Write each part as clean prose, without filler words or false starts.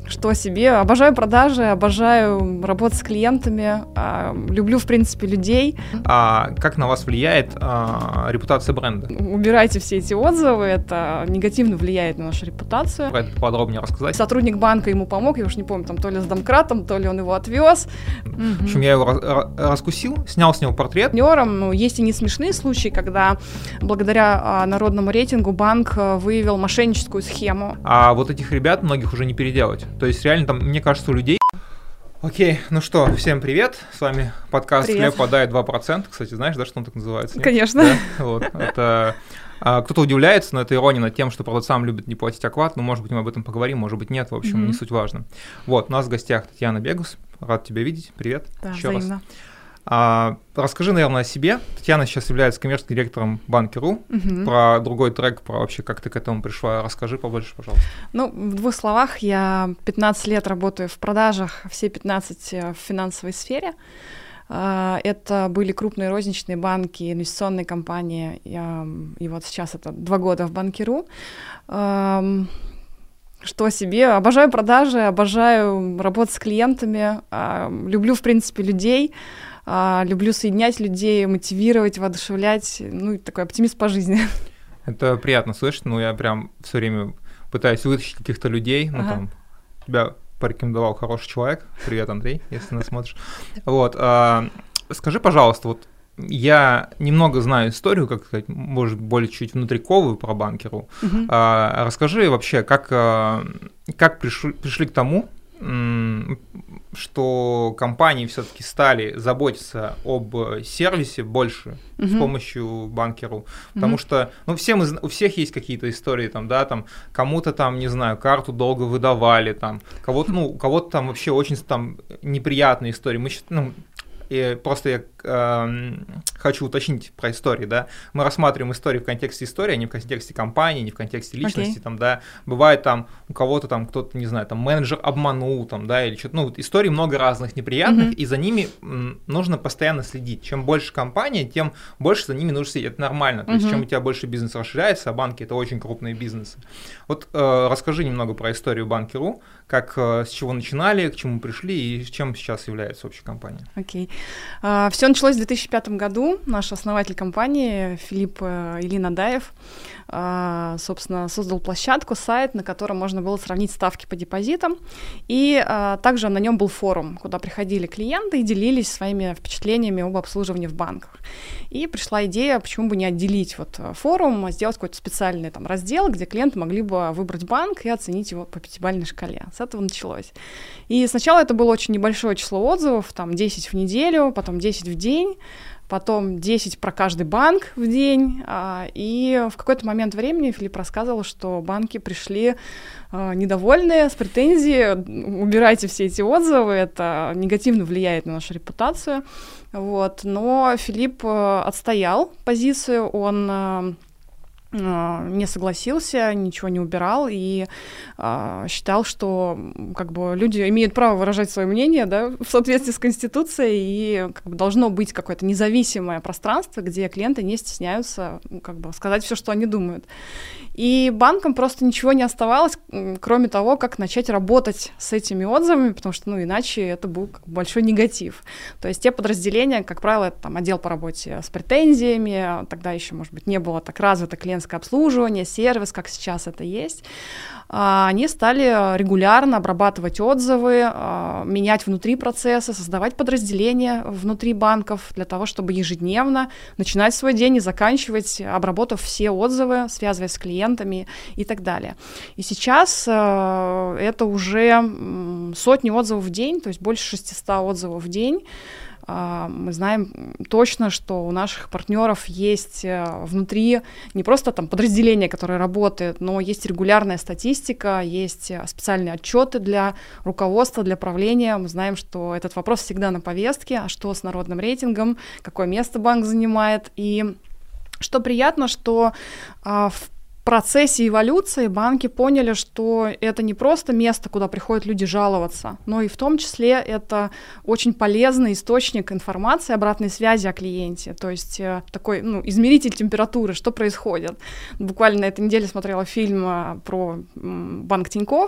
Что себе? Обожаю продажи, обожаю работать с клиентами, люблю, в принципе, людей. А как на вас влияет репутация бренда? Убирайте все эти отзывы, это негативно влияет на нашу репутацию. Про это подробнее рассказать? Сотрудник банка ему помог, я уж не помню, там то ли с домкратом, то ли он его отвез. В общем, я его раскусил, снял с него портрет. Есть и не смешные случаи, когда благодаря народному рейтингу банк выявил мошенническую схему. А вот этих ребят многих уже не переделать. То есть реально там, мне кажется, у людей... Окей, ну что, всем привет, с вами подкаст «Хлеб подает 2%». Кстати, знаешь, да, что он так называется? Нет? Конечно. Да? Вот, это... Кто-то удивляется, но это ирония над тем, что продавцам любят не платить оклад, но, может быть, мы об этом поговорим, может быть, нет, в общем, не суть важно. Вот, у нас в гостях Татьяна Бегус, рад тебя видеть, привет. Да, еще взаимно. Раз. Расскажи, наверное, о себе. Татьяна сейчас является коммерческим директором Банки.ру. Про другой трек, про вообще, как ты к этому пришла, расскажи побольше, пожалуйста. В 2 словах, я 15 лет работаю в продажах, все 15 в финансовой сфере. Это были крупные розничные банки, инвестиционные компании, и вот сейчас это 2 года в Банки.ру. Что себе? Обожаю продажи, обожаю работать с клиентами, люблю, в принципе, людей, люблю соединять людей, мотивировать, воодушевлять, такой оптимист по жизни. Это приятно слышать, я прям все время пытаюсь вытащить каких-то людей, тебя порекомендовал хороший человек, привет, Андрей, если нас смотришь. Вот, скажи, пожалуйста, вот я немного знаю историю, как сказать, может, более чуть внутриковую про Банки.ру. Расскажи вообще, как пришли к тому, что компании все-таки стали заботиться об сервисе больше с помощью Банки.ру, потому что, у всех есть какие-то истории, там, кому-то там, не знаю, карту долго выдавали, там, у кого-то там вообще очень там неприятные истории. И просто я хочу уточнить про истории, да. Мы рассматриваем истории в контексте истории, а не в контексте компании, не в контексте личности, там, да. Бывает там у кого-то там кто-то, не знаю, там менеджер обманул, там, да, или что-то. Историй много разных неприятных, и за ними нужно постоянно следить. Чем больше компания, тем больше за ними нужно следить. Это нормально. То есть чем у тебя больше бизнес расширяется, а банки — это очень крупные бизнесы. Вот расскажи немного про историю Банки.ру, с чего начинали, к чему пришли и чем сейчас является общая компания. Окей. Все началось в 2005 году. Наш основатель компании Филипп Ильин Адаев, собственно, создал площадку, сайт, на котором можно было сравнить ставки по депозитам. И также на нем был форум, куда приходили клиенты и делились своими впечатлениями об обслуживании в банках. И пришла идея, почему бы не отделить форум, а сделать какой-то специальный раздел, где клиенты могли бы выбрать банк и оценить его по 5-бальной шкале. С этого началось. И сначала это было очень небольшое число отзывов, 10 в неделю, потом 10 в день, потом 10 про каждый банк в день, и в какой-то момент времени Филипп рассказывал, что банки пришли недовольные, с претензией: убирайте все эти отзывы, это негативно влияет на нашу репутацию. Вот. Но Филипп отстоял позицию, он не согласился, ничего не убирал и считал, что люди имеют право выражать свое мнение, да, в соответствии с Конституцией, и должно быть какое-то независимое пространство, где клиенты не стесняются сказать все, что они думают. И банкам просто ничего не оставалось, кроме того, как начать работать с этими отзывами, потому что, иначе это был большой негатив. То есть те подразделения, как правило, это отдел по работе с претензиями, тогда еще, может быть, не было так развито клиентское обслуживание, сервис, как сейчас это есть. Они стали регулярно обрабатывать отзывы, менять внутри процесса, создавать подразделения внутри банков для того, чтобы ежедневно начинать свой день и заканчивать, обработав все отзывы, связываясь с клиентами и так далее. И сейчас это уже сотни отзывов в день, то есть больше 600 отзывов в день. Мы знаем точно, что у наших партнеров есть внутри не просто подразделение, которое работает, но есть регулярная статистика, есть специальные отчеты для руководства, для правления. Мы знаем, что этот вопрос всегда на повестке, а что с народным рейтингом, какое место банк занимает. И что приятно, что в процессе эволюции банки поняли, что это не просто место, куда приходят люди жаловаться, но и в том числе это очень полезный источник информации, обратной связи о клиенте, то есть такой измеритель температуры, что происходит. Буквально на этой неделе смотрела фильм про банк Тинькофф,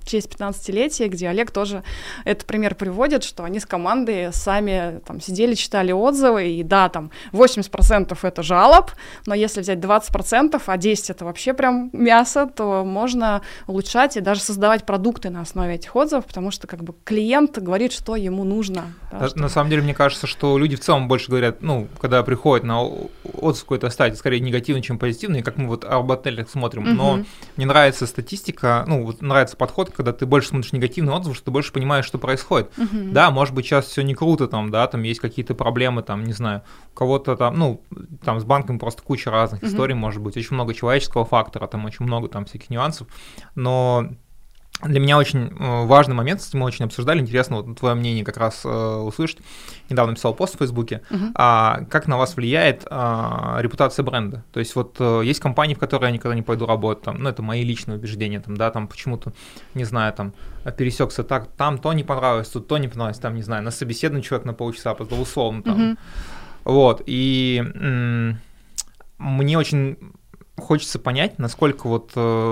в честь 15-летия, где Олег тоже этот пример приводит, что они с командой сами там сидели, читали отзывы, и да, там 80% это жалоб, но если взять 20%, а 10% это вообще прям мясо, то можно улучшать и даже создавать продукты на основе этих отзывов, потому что как бы клиент говорит, что ему нужно. Да, на самом деле, мне кажется, что люди в целом больше говорят, ну, когда приходят на отзыв какой-то стадии, скорее негативный, чем позитивный, как мы вот об отелях смотрим, но мне нравится статистика, ну, вот нравится подход, когда ты больше смотришь негативный отзыв, что ты больше понимаешь, что происходит. Да, может быть, сейчас все не круто, там, да, там есть какие-то проблемы, там, не знаю, у кого-то там, ну, там с банками просто куча разных историй, может быть, очень много человеческого фактора, там очень много там всяких нюансов, но для меня очень важный момент, кстати, мы очень обсуждали, интересно вот твое мнение как раз услышать. Недавно писал пост в Фейсбуке, как на вас влияет репутация бренда. То есть вот есть компании, в которые я никогда не пойду работать, там, ну это мои личные убеждения, там, да, там почему-то, не знаю, там пересекся так, там то не понравилось, тут то не понравилось, там, не знаю, на собеседование человек на полчаса опоздал, условно там. Вот, и мне очень хочется понять, насколько вот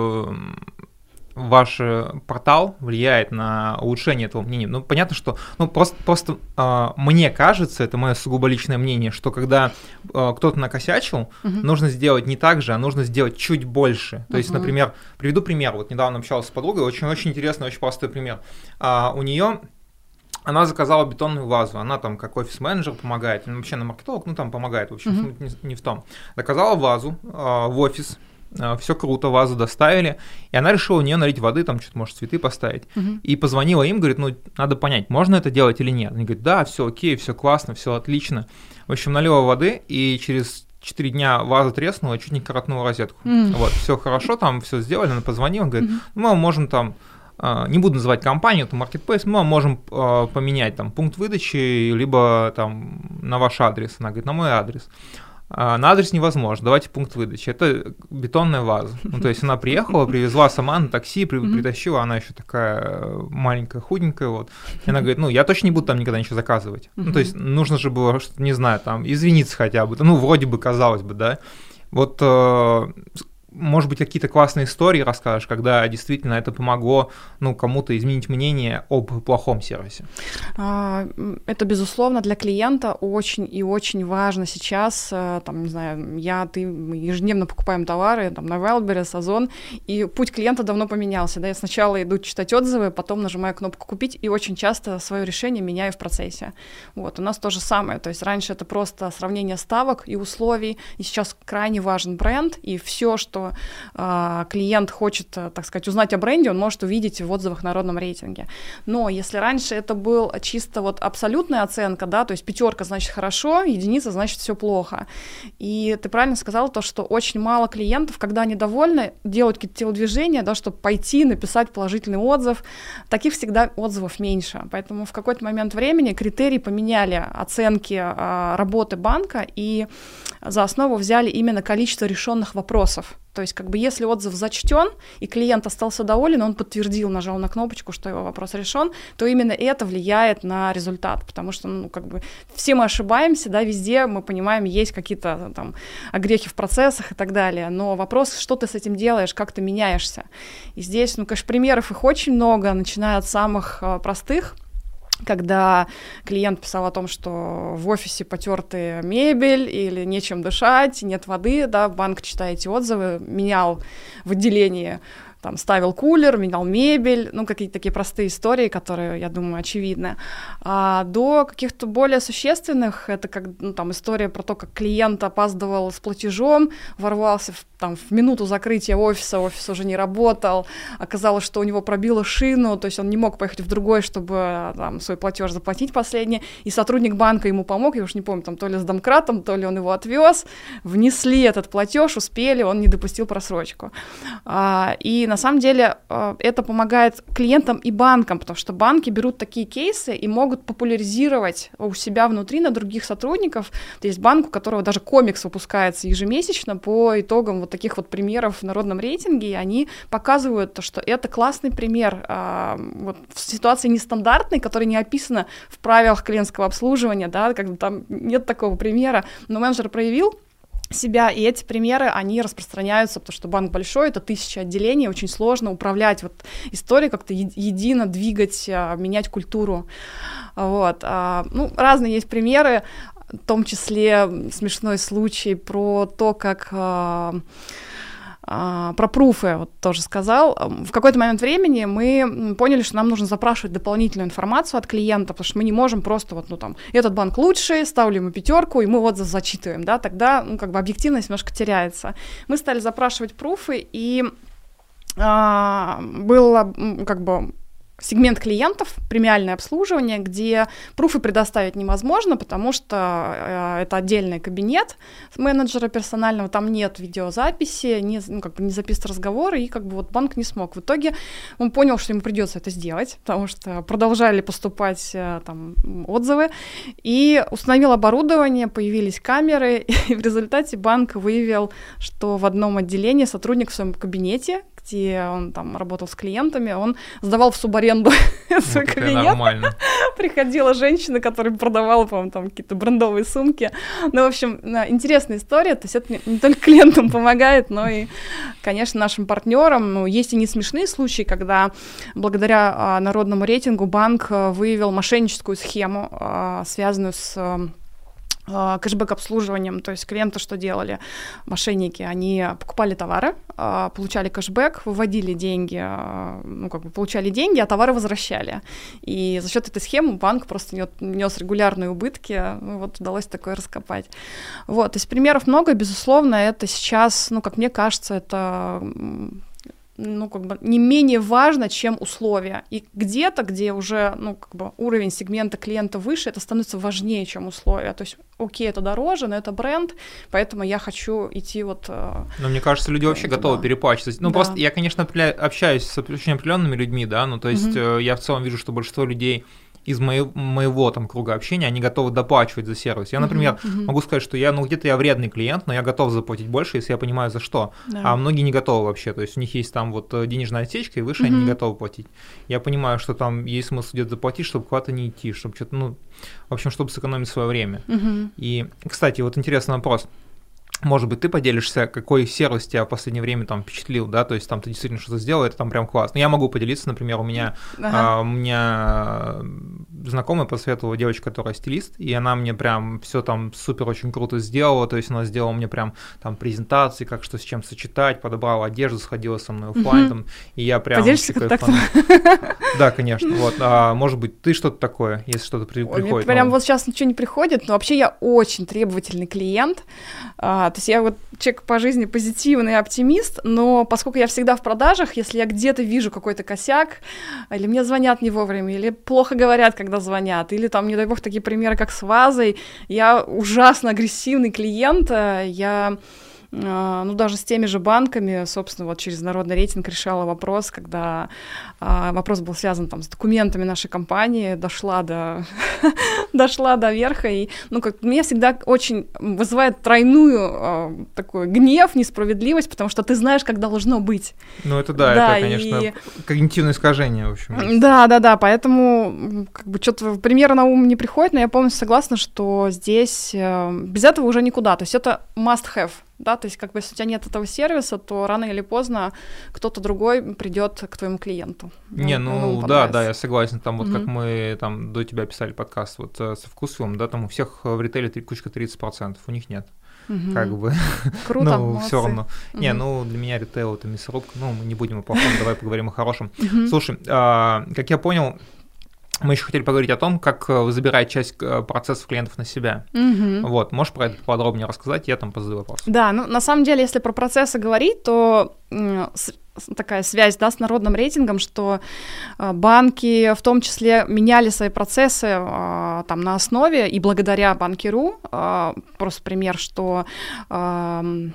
ваш портал влияет на улучшение этого мнения. Ну, понятно, что просто мне кажется, это мое сугубо личное мнение, что когда кто-то накосячил, нужно сделать не так же, а нужно сделать чуть больше. То есть, например, приведу пример. Вот недавно общался с подругой, очень интересный, очень простой пример. У нее она заказала бетонную вазу, она там как офис-менеджер помогает, вообще на маркетолог, ну там помогает, в общем, не в том. Заказала вазу в офис, все круто, вазу доставили, и она решила в нее налить воды, там что-то, может, цветы поставить. И позвонила им, говорит, ну, надо понять, можно это делать или нет. Они говорят, да, все окей, все классно, все отлично. В общем, налила воды, и через 4 дня ваза треснула, чуть не коротнула розетку. Вот, все хорошо, там все сделали, она позвонила, говорит, ну, мы можем там, не буду называть компанию, это marketplace, мы можем поменять там пункт выдачи, либо там на ваш адрес. Она говорит, на мой адрес. На адрес невозможно, давайте пункт выдачи. Это бетонная ваза. Ну, то есть она приехала, привезла сама на такси, притащила, она еще такая маленькая, худенькая, вот. И она говорит, ну, я точно не буду там никогда ничего заказывать. Ну, то есть нужно же было, не знаю, там, извиниться хотя бы. Ну, вроде бы, казалось бы, да. Вот, может быть, какие-то классные истории расскажешь, когда действительно это помогло, ну, кому-то изменить мнение об плохом сервисе? Это, безусловно, для клиента очень и очень важно сейчас. Там, не знаю, мы ежедневно покупаем товары там, на Wildberries, Озон, и путь клиента давно поменялся. Да? Я сначала иду читать отзывы, потом нажимаю кнопку «Купить», и очень часто свое решение меняю в процессе. Вот, у нас то же самое. То есть раньше это просто сравнение ставок и условий, и сейчас крайне важен бренд, и все, что клиент хочет, так сказать, узнать о бренде, он может увидеть в отзывах на народном рейтинге. Но если раньше это был чисто вот абсолютная оценка, да, то есть 5 значит хорошо, 1 значит все плохо. И ты правильно сказала то, что очень мало клиентов, когда они довольны, делают какие-то телодвижения, да, чтобы пойти, написать положительный отзыв. Таких всегда отзывов меньше. Поэтому в какой-то момент времени критерии поменяли оценки работы банка и за основу взяли именно количество решенных вопросов. То есть, как бы, если отзыв зачтен, и клиент остался доволен, он подтвердил, нажал на кнопочку, что его вопрос решен, то именно это влияет на результат, потому что, ну, как бы, все мы ошибаемся, да, везде мы понимаем, есть какие-то там огрехи в процессах и так далее, но вопрос, что ты с этим делаешь, как ты меняешься. И здесь, ну, конечно, примеров их очень много, начиная от самых простых, когда клиент писал о том, что в офисе потертая мебель или нечем дышать, нет воды, да, банк, читая эти отзывы, менял в отделении, там, ставил кулер, менял мебель, ну, какие-то такие простые истории, которые, я думаю, очевидны. А до каких-то более существенных, это как, ну, там, история про то, как клиент опаздывал с платежом, ворвался в минуту закрытия офис уже не работал, оказалось, что у него пробило шину, то есть он не мог поехать в другой, чтобы там свой платеж заплатить последний, и сотрудник банка ему помог, я уж не помню, там, то ли с домкратом, то ли он его отвез, внесли этот платеж, успели, он не допустил просрочку. И на самом деле это помогает клиентам и банкам, потому что банки берут такие кейсы и могут популяризировать у себя внутри на других сотрудников. Есть банк, у которого даже комикс выпускается ежемесячно по итогам вот таких вот примеров в народном рейтинге, и они показывают, что это классный пример вот в ситуации нестандартной, которая не описана в правилах клиентского обслуживания, да, как бы там нет такого примера, но менеджер проявил себя, и эти примеры, они распространяются, потому что банк большой, это 1000 отделений, очень сложно управлять вот историей, как-то едино двигать, менять культуру, вот. Ну, разные есть примеры, в том числе смешной случай про то, как... Про пруфы вот тоже сказал. В какой-то момент времени мы поняли, что нам нужно запрашивать дополнительную информацию от клиента, потому что мы не можем просто вот, ну там, этот банк лучший, ставлю ему 5, и мы отзыв зачитываем, да, тогда, ну, как бы объективность немножко теряется. Мы стали запрашивать пруфы, и было, как бы, сегмент клиентов, премиальное обслуживание, где пруфы предоставить невозможно, потому что это отдельный кабинет менеджера персонального, там нет видеозаписи, не записывают разговоры, и как бы вот банк не смог. В итоге он понял, что ему придется это сделать, потому что продолжали поступать там отзывы, и установил оборудование, появились камеры, и в результате банк выявил, что в одном отделении сотрудник в своем кабинете, где он там работал с клиентами, он сдавал в субаренду свой кабинет. Нормально. Приходила женщина, которая продавала, по-моему, там какие-то брендовые сумки. Ну, в общем, интересная история. То есть это не только клиентам помогает, но и, конечно, нашим партнерам. Ну, есть и не смешные случаи, когда благодаря народному рейтингу банк выявил мошенническую схему, связанную с кэшбэк-обслуживанием, то есть клиенты что делали? Мошенники, они покупали товары, получали кэшбэк, выводили деньги, ну, как бы получали деньги, а товары возвращали. И за счет этой схемы банк просто нес регулярные убытки, ну, вот удалось такое раскопать. Вот, то есть примеров много, безусловно, это сейчас, ну, как мне кажется, это... ну, как бы не менее важно, чем условия. И где-то, где уже, ну, как бы уровень сегмента клиента выше, это становится важнее, чем условия. То есть, окей, это дороже, но это бренд, поэтому я хочу идти вот... Но мне кажется, люди вообще готовы переплачивать. Ну, да. Просто я, конечно, общаюсь с очень определенными людьми, да, ну, то есть я в целом вижу, что большинство людей из моего там круга общения, они готовы доплачивать за сервис. Я, например, могу сказать, что я, ну, где-то я вредный клиент, но я готов заплатить больше, если я понимаю, за что. Да. А многие не готовы вообще, то есть у них есть там вот денежная отсечка, и выше они не готовы платить. Я понимаю, что там есть смысл где-то заплатить, чтобы куда-то не идти, чтобы что-то, ну, в общем, чтобы сэкономить свое время. И, кстати, вот интересный вопрос. Может быть, ты поделишься, какой сервис тебя в последнее время там впечатлил, да, то есть там ты действительно что-то сделал, это там прям классно. Я могу поделиться, например, у меня знакомая посоветовала девочка, которая стилист, и она мне прям все там супер очень круто сделала, то есть она сделала мне прям там презентации, как что с чем сочетать, подобрала одежду, сходила со мной оффлайн, там, и я прям... Поделишься контактом? Да, конечно, вот. Может быть, ты что-то такое, если что-то приходит? Мне прям вот сейчас ничего не приходит, но вообще я очень требовательный клиент. То есть я вот человек по жизни позитивный оптимист, но поскольку я всегда в продажах, если я где-то вижу какой-то косяк, или мне звонят не вовремя, или плохо говорят, когда звонят, или там, не дай бог, такие примеры, как с вазой, я ужасно агрессивный клиент, я... Ну, даже с теми же банками, собственно, вот через народный рейтинг решала вопрос, когда вопрос был связан там с документами нашей компании, дошла до верха, и, ну, как меня всегда очень вызывает тройную такой гнев, несправедливость, потому что ты знаешь, как должно быть. Ну, это да, это, конечно, когнитивное искажение, в общем. Да, поэтому, как бы, что-то примеры на ум не приходит, но я полностью согласна, что здесь без этого уже никуда, то есть это must-have. Да, то есть, как бы, если у тебя нет этого сервиса, то рано или поздно кто-то другой придет к твоему клиенту. Не, ну да, я согласен. Там вот как мы там до тебя писали подкаст вот со Вкусвиллом, да, там у всех в ритейле кучка 30%, у них нет. Как бы. Круто, ну, все равно. Не, ну, для меня ритейл — это мясорубка, ну, мы не будем о плохом, давай поговорим о хорошем. Слушай, как я понял, мы еще хотели поговорить о том, как вы забираете часть процессов клиентов на себя. Вот, можешь про это подробнее рассказать? Я там позадаю вопрос. Да, ну на самом деле, если про процессы говорить, то такая связь, да, с народным рейтингом, что банки в том числе меняли свои процессы там на основе и благодаря Банки.ру. Просто пример, что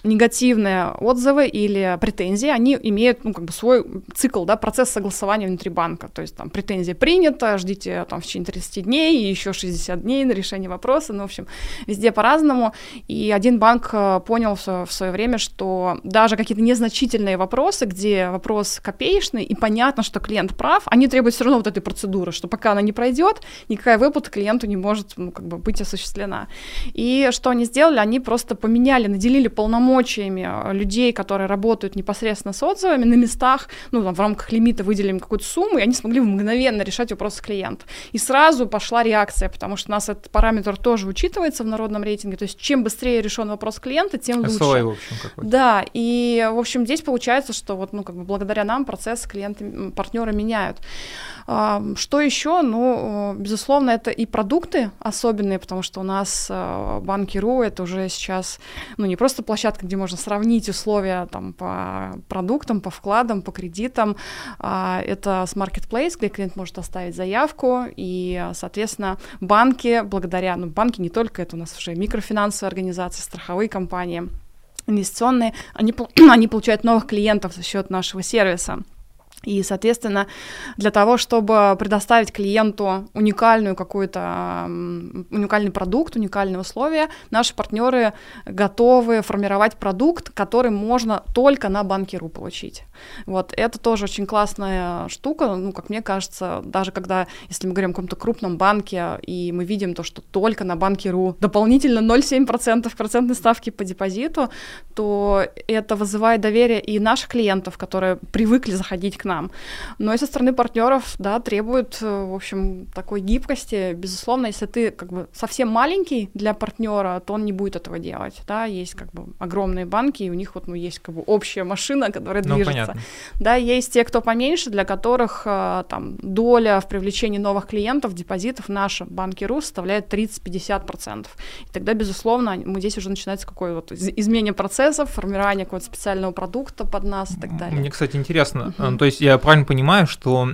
негативные отзывы или претензии, они имеют, свой цикл, да, процесс согласования внутри банка. То есть там претензия принята, ждите там в течение 30 дней, и еще 60 дней на решение вопроса. Ну, в общем, везде по-разному. И один банк понял в свое время, что даже какие-то незначительные вопросы, где вопрос копеечный, и понятно, что клиент прав, они требуют все равно вот этой процедуры, что пока она не пройдет, никакая выплата клиенту не может быть осуществлена. И что они сделали? Они просто поменяли, наделили полномочиями людей, которые работают непосредственно с отзывами на местах, в рамках лимита выделим какую-то сумму, и они смогли мгновенно решать вопросы клиента. И сразу пошла реакция, потому что у нас этот параметр тоже учитывается в народном рейтинге, то есть чем быстрее решен вопрос клиента, тем лучше. SLA, в общем, какой-то. Да, и, в общем, здесь получается, что благодаря нам процесс партнеры меняют. Что еще? Безусловно, это и продукты особенные, потому что у нас Банки.ру — это уже сейчас, не просто площадка, где можно сравнить условия там по продуктам, по вкладам, по кредитам. Это Marketplace, где клиент может оставить заявку, и, соответственно, банки, банки не только, это у нас уже микрофинансовые организации, страховые компании, инвестиционные, они получают новых клиентов за счет нашего сервиса. И, соответственно, для того, чтобы предоставить клиенту уникальный продукт, уникальные условия, наши партнеры готовы формировать продукт, который можно только на Банки.ру получить. Вот, это тоже очень классная штука, как мне кажется, даже если мы говорим о каком-то крупном банке, и мы видим то, что только на Банки.ру дополнительно 0,7% процентной ставки по депозиту, то это вызывает доверие и наших клиентов, которые привыкли заходить к нам. Но и со стороны партнеров, да, требует, в общем, такой гибкости. Безусловно, если ты совсем маленький для партнера, то он не будет этого делать. Да? Есть огромные банки, и у них есть общая машина, которая движется. Понятно. Да, есть те, кто поменьше, для которых доля в привлечении новых клиентов, депозитов наша Банки.ру составляет 30-50%. И тогда, безусловно, здесь уже начинается изменение процессов, формирование какого-то специального продукта под нас и так далее. Мне, кстати, интересно, то есть я правильно понимаю, что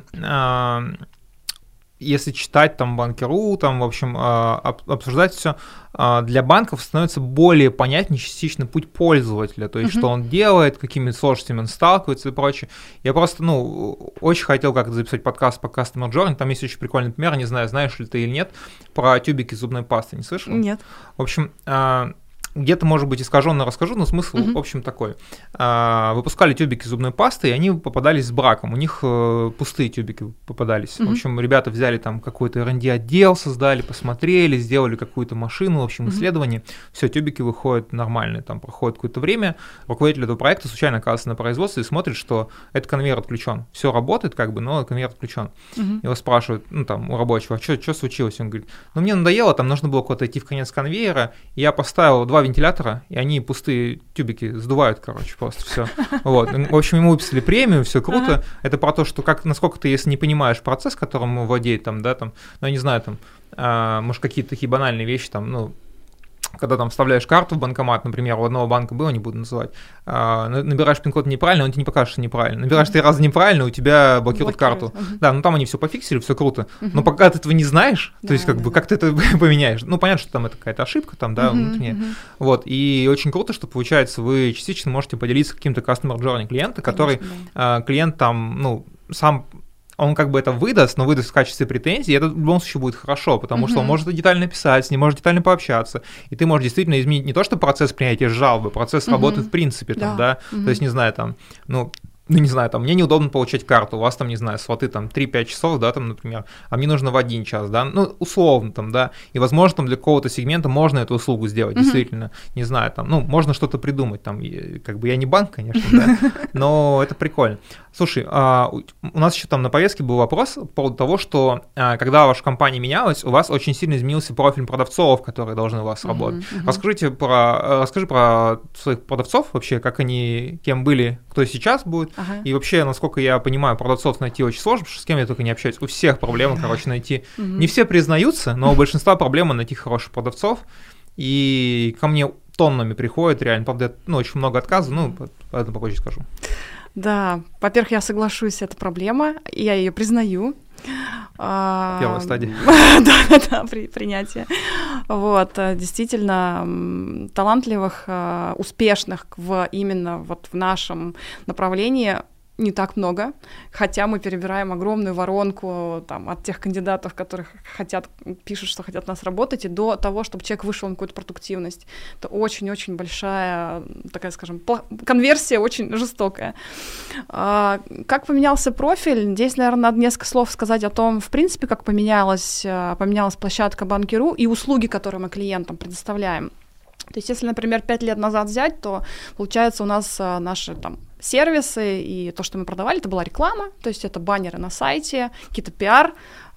если читать там Банки.ру, там, в общем, обсуждать все, для банков становится более понятнее частично путь пользователя, то есть что он делает, какими сложностями он сталкивается и прочее. Я просто, очень хотел как-то записать подкаст по Customer Journey, там есть очень прикольный пример, не знаю, знаешь ли ты или нет, про тюбики зубной пасты, не слышал? Нет. В общем, где-то, может быть, искаженно расскажу, но смысл, в общем, такой. Выпускали тюбики зубной пасты, и они попадались с браком. У них пустые тюбики попадались. В общем, ребята взяли там какой-то R&D отдел, создали, посмотрели, сделали какую-то машину, в общем, исследование. Все, тюбики выходят нормальные. Там проходит какое-то время, руководитель этого проекта случайно оказывается на производстве и смотрит, что этот конвейер отключен. Все работает, но конвейер отключен. Его спрашивают, у рабочего, что случилось? Он говорит, мне надоело, там нужно было куда-то идти в конец конвейера, и я поставил 2 вентилятора, и они пустые тюбики сдувают, просто все. Вот. В общем, ему выписали премию, все круто. Это про то, что насколько ты, если не понимаешь процесс, которым владеет, я не знаю, может, какие-то такие банальные вещи, когда там вставляешь карту в банкомат, например, у одного банка было, не буду называть, набираешь пин-код неправильно, он тебе не покажет, что неправильно. Набираешь 3 раза неправильно, у тебя блокируют карту. Да, там они все пофиксили, все круто. Но пока ты этого не знаешь, то есть как ты это поменяешь, понятно, что там это какая-то ошибка, внутренняя. Вот, и очень круто, что, получается, вы частично можете поделиться каким-то customer journey клиента, который клиент сам... Он это выдаст, но выдаст в качестве претензий, и это в любом случае будет хорошо, потому что он может это детально писать, с ним может детально пообщаться, и ты можешь действительно изменить не то, что процесс принятия жалобы, процесс работы в принципе, то есть, не знаю, мне неудобно получать карту, у вас не знаю, слоты 3-5 часов, например, а мне нужно в 1 час, условно, и, возможно, для какого-то сегмента можно эту услугу сделать, действительно, не знаю, можно что-то придумать, я не банк, конечно, но это прикольно. Слушай, у нас еще на повестке был вопрос по поводу того, что когда ваша компания менялась, у вас очень сильно изменился профиль продавцов, которые должны у вас работать. Расскажи про своих продавцов вообще, как они, кем были, кто сейчас будет, и вообще, насколько я понимаю, продавцов найти очень сложно, потому что с кем я только не общаюсь, у всех проблема, найти. Не все признаются, но у большинства проблема найти хороших продавцов, и ко мне тоннами приходят, реально, правда, очень много отказов, поэтому попозже скажу. Да, во-первых, я соглашусь, это проблема, я ее признаю. Первая стадия. Да, принятие. Вот, действительно, талантливых, успешных именно вот в нашем направлении не так много, хотя мы перебираем огромную воронку там, от тех кандидатов, которые пишут, что хотят у нас работать, и до того, чтобы человек вышел на какую-то продуктивность. Это очень-очень большая, такая, скажем, конверсия очень жестокая. Как поменялся профиль? Здесь, наверное, надо несколько слов сказать о том, в принципе, как поменялась площадка Банки.ру и услуги, которые мы клиентам предоставляем. То есть, если, например, 5 лет назад взять, то, получается, у нас наши там сервисы и то, что мы продавали, это была реклама, то есть это баннеры на сайте, какие-то пиар,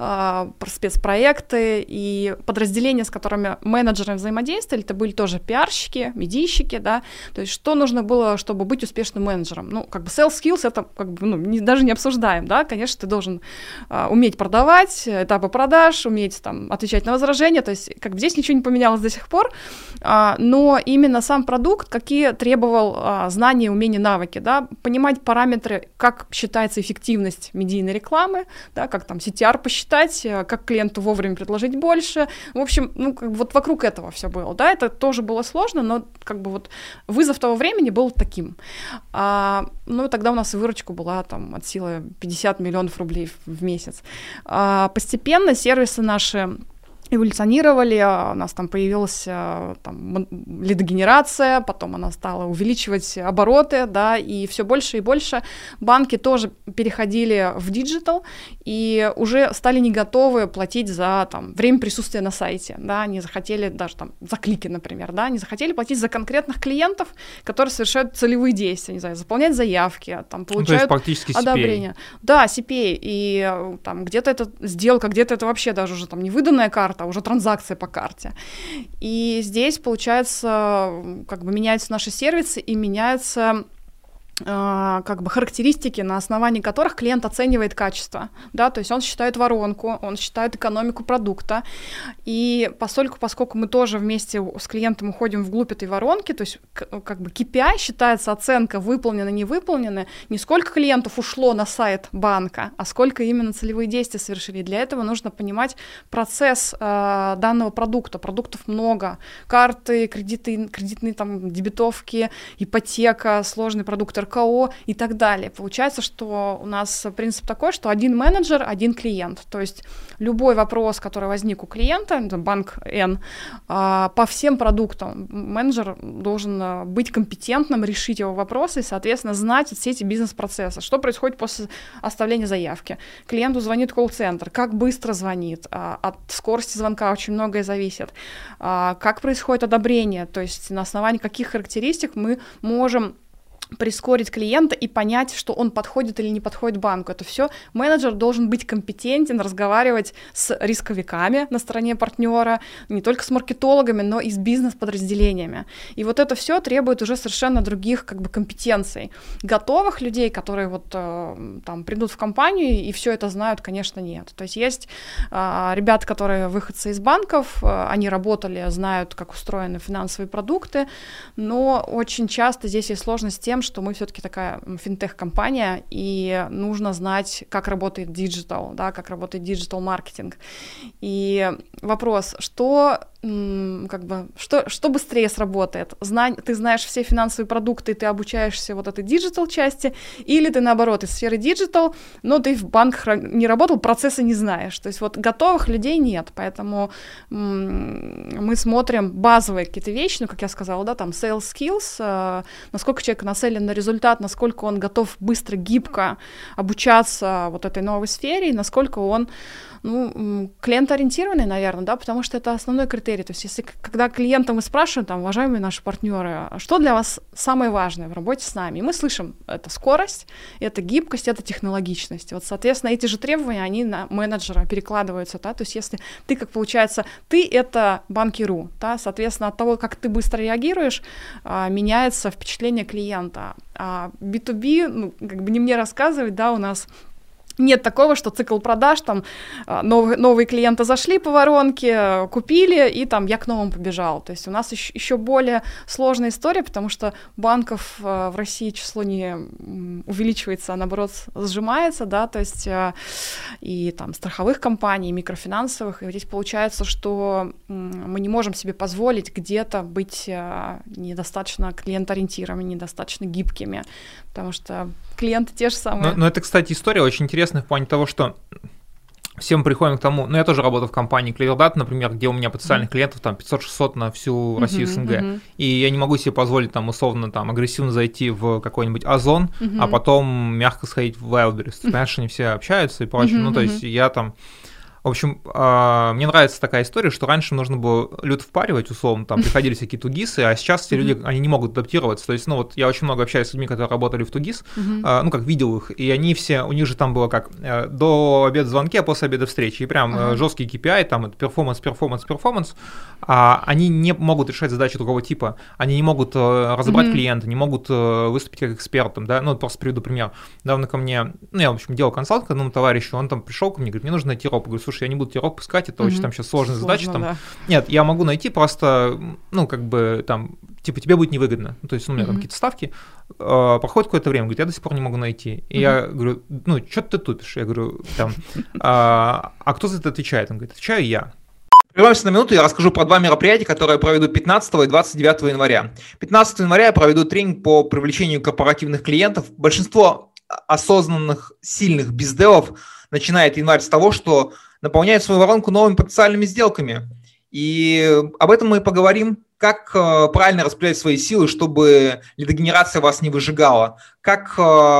спецпроекты и подразделения, с которыми менеджеры взаимодействовали, это были тоже пиарщики, медийщики, да, то есть что нужно было, чтобы быть успешным менеджером? Ну, как бы sales skills, это как бы, даже не обсуждаем, да, конечно, ты должен уметь продавать, этапы продаж, уметь там отвечать на возражения, то есть как бы здесь ничего не поменялось до сих пор, но именно сам продукт, какие требовал знания, умения, навыки, да, понимать параметры, как считается эффективность медийной рекламы, да, как там CTR посчитать, как клиенту вовремя предложить больше. В общем, ну, как бы вот вокруг этого все было, да, это тоже было сложно, но как бы вот вызов того времени был таким. Ну, тогда у нас и выручка была там от силы 50 миллионов рублей в месяц. Постепенно сервисы наши эволюционировали, у нас там появилась там, лидогенерация, потом она стала увеличивать обороты, да, и все больше и больше банки тоже переходили в диджитал и уже стали не готовы платить за там, время присутствия на сайте, да, не захотели даже там за клики, например, да, не захотели платить за конкретных клиентов, которые совершают целевые действия, не знаю, заполнять заявки, там, получают одобрение. CPA. Да, CPA, и там где-то это сделка, где-то это вообще даже уже там не выданная карта, а уже транзакция по карте. И здесь, получается, как бы меняются наши сервисы и меняются как бы характеристики, на основании которых клиент оценивает качество, да, то есть он считает воронку, он считает экономику продукта, и поскольку мы тоже вместе с клиентом уходим вглубь этой воронки, то есть как бы KPI считается оценка выполнена, не выполнена, не сколько клиентов ушло на сайт банка, а сколько именно целевые действия совершили. Для этого нужно понимать процесс данного продукта. Продуктов много, карты, кредитные там дебетовки, ипотека, сложный продукт РКО и так далее. Получается, что у нас принцип такой, что один менеджер, один клиент. То есть любой вопрос, который возник у клиента, банк N, по всем продуктам менеджер должен быть компетентным, решить его вопросы и, соответственно, знать все эти бизнес-процессы. Что происходит после оставления заявки? Клиенту звонит колл-центр, как быстро звонит, от скорости звонка очень многое зависит. Как происходит одобрение, то есть на основании каких характеристик мы можем прискорить клиента и понять, что он подходит или не подходит банку. Это все менеджер должен быть компетентен, разговаривать с рисковиками на стороне партнера, не только с маркетологами, но и с бизнес-подразделениями. И вот это все требует уже совершенно других как бы компетенций. Готовых людей, которые вот там придут в компанию и все это знают, конечно, нет. То есть есть ребята, которые выходцы из банков, они работали, знают, как устроены финансовые продукты, но очень часто здесь есть сложность с тем, что мы все-таки такая финтех-компания, и нужно знать, как работает диджитал, да, как работает диджитал-маркетинг. И вопрос, что быстрее сработает? Ты знаешь все финансовые продукты, и ты обучаешься вот этой диджитал-части, или ты, наоборот, из сферы диджитал, но ты в банках не работал, процессы не знаешь. То есть вот готовых людей нет, поэтому мы смотрим базовые какие-то вещи, ну, как я сказала, да, там sales skills, насколько человек нацелен на результат, насколько он готов быстро, гибко обучаться вот этой новой сфере, и насколько он клиентоориентированный, наверное, да, потому что это основной критерий. То есть если когда клиента мы спрашиваем, там, уважаемые наши партнеры, что для вас самое важное в работе с нами, и мы слышим, это скорость, это гибкость, это технологичность. Вот, соответственно, эти же требования, они на менеджера перекладываются, да, то есть если ты, как получается, ты — это Банки.ру, да, соответственно, от того, как ты быстро реагируешь, меняется впечатление клиента. А B2B, как бы не мне рассказывать, да, у нас Нет такого, что цикл продаж, там новые клиенты зашли по воронке, купили, и там я к новым побежал. То есть у нас еще более сложная история, потому что банков в России число не увеличивается, а наоборот сжимается, да, то есть и там страховых компаний, и микрофинансовых, и вот здесь получается, что мы не можем себе позволить где-то быть недостаточно клиент-ориентированными, недостаточно гибкими, потому что клиенты те же самые. Но это, кстати, история очень интересная в плане того, что все мы приходим к тому, я тоже работаю в компании ClearData, например, где у меня потенциальных клиентов там 500-600 на всю Россию СНГ, и я не могу себе позволить там условно там агрессивно зайти в какой-нибудь Озон, а потом мягко сходить в Wildberries. Понимаешь, они все общаются и прочее, то есть я там... В общем, мне нравится такая история, что раньше нужно было люто впаривать, условно, там приходили всякие тугисы, а сейчас эти люди, они не могут адаптироваться. То есть, я очень много общаюсь с людьми, которые работали в тугис, как видел их, и они все, у них же там было как до обеда звонки, а после обеда встречи, и прям жесткий KPI, там это перформанс, они не могут решать задачи другого типа, они не могут разобрать клиента, не могут выступить как экспертом, да, просто приведу пример. Недавно ко мне, я, в общем, делал консалтинг одному товарищу, он там пришел ко мне, говорит, мне нужно найти роп. Говорю, слушай, я не буду тебе роп искать, это очень там сейчас сложная задача. Там. Да. Нет, я могу найти просто, тебе будет невыгодно. То есть, у меня там какие-то ставки, проходит какое-то время, говорит, я до сих пор не могу найти. И я говорю, что ты тупишь? Я говорю, а кто за это отвечает? Он говорит, отвечаю я. Прервемся на минуту, я расскажу про два мероприятия, которые я проведу 15 и 29 января. 15 января я проведу тренинг по привлечению корпоративных клиентов. Большинство осознанных, сильных безделов начинает январь с того, что наполняет свою воронку новыми потенциальными сделками. И об этом мы и поговорим, как правильно распределять свои силы, чтобы лидогенерация вас не выжигала, как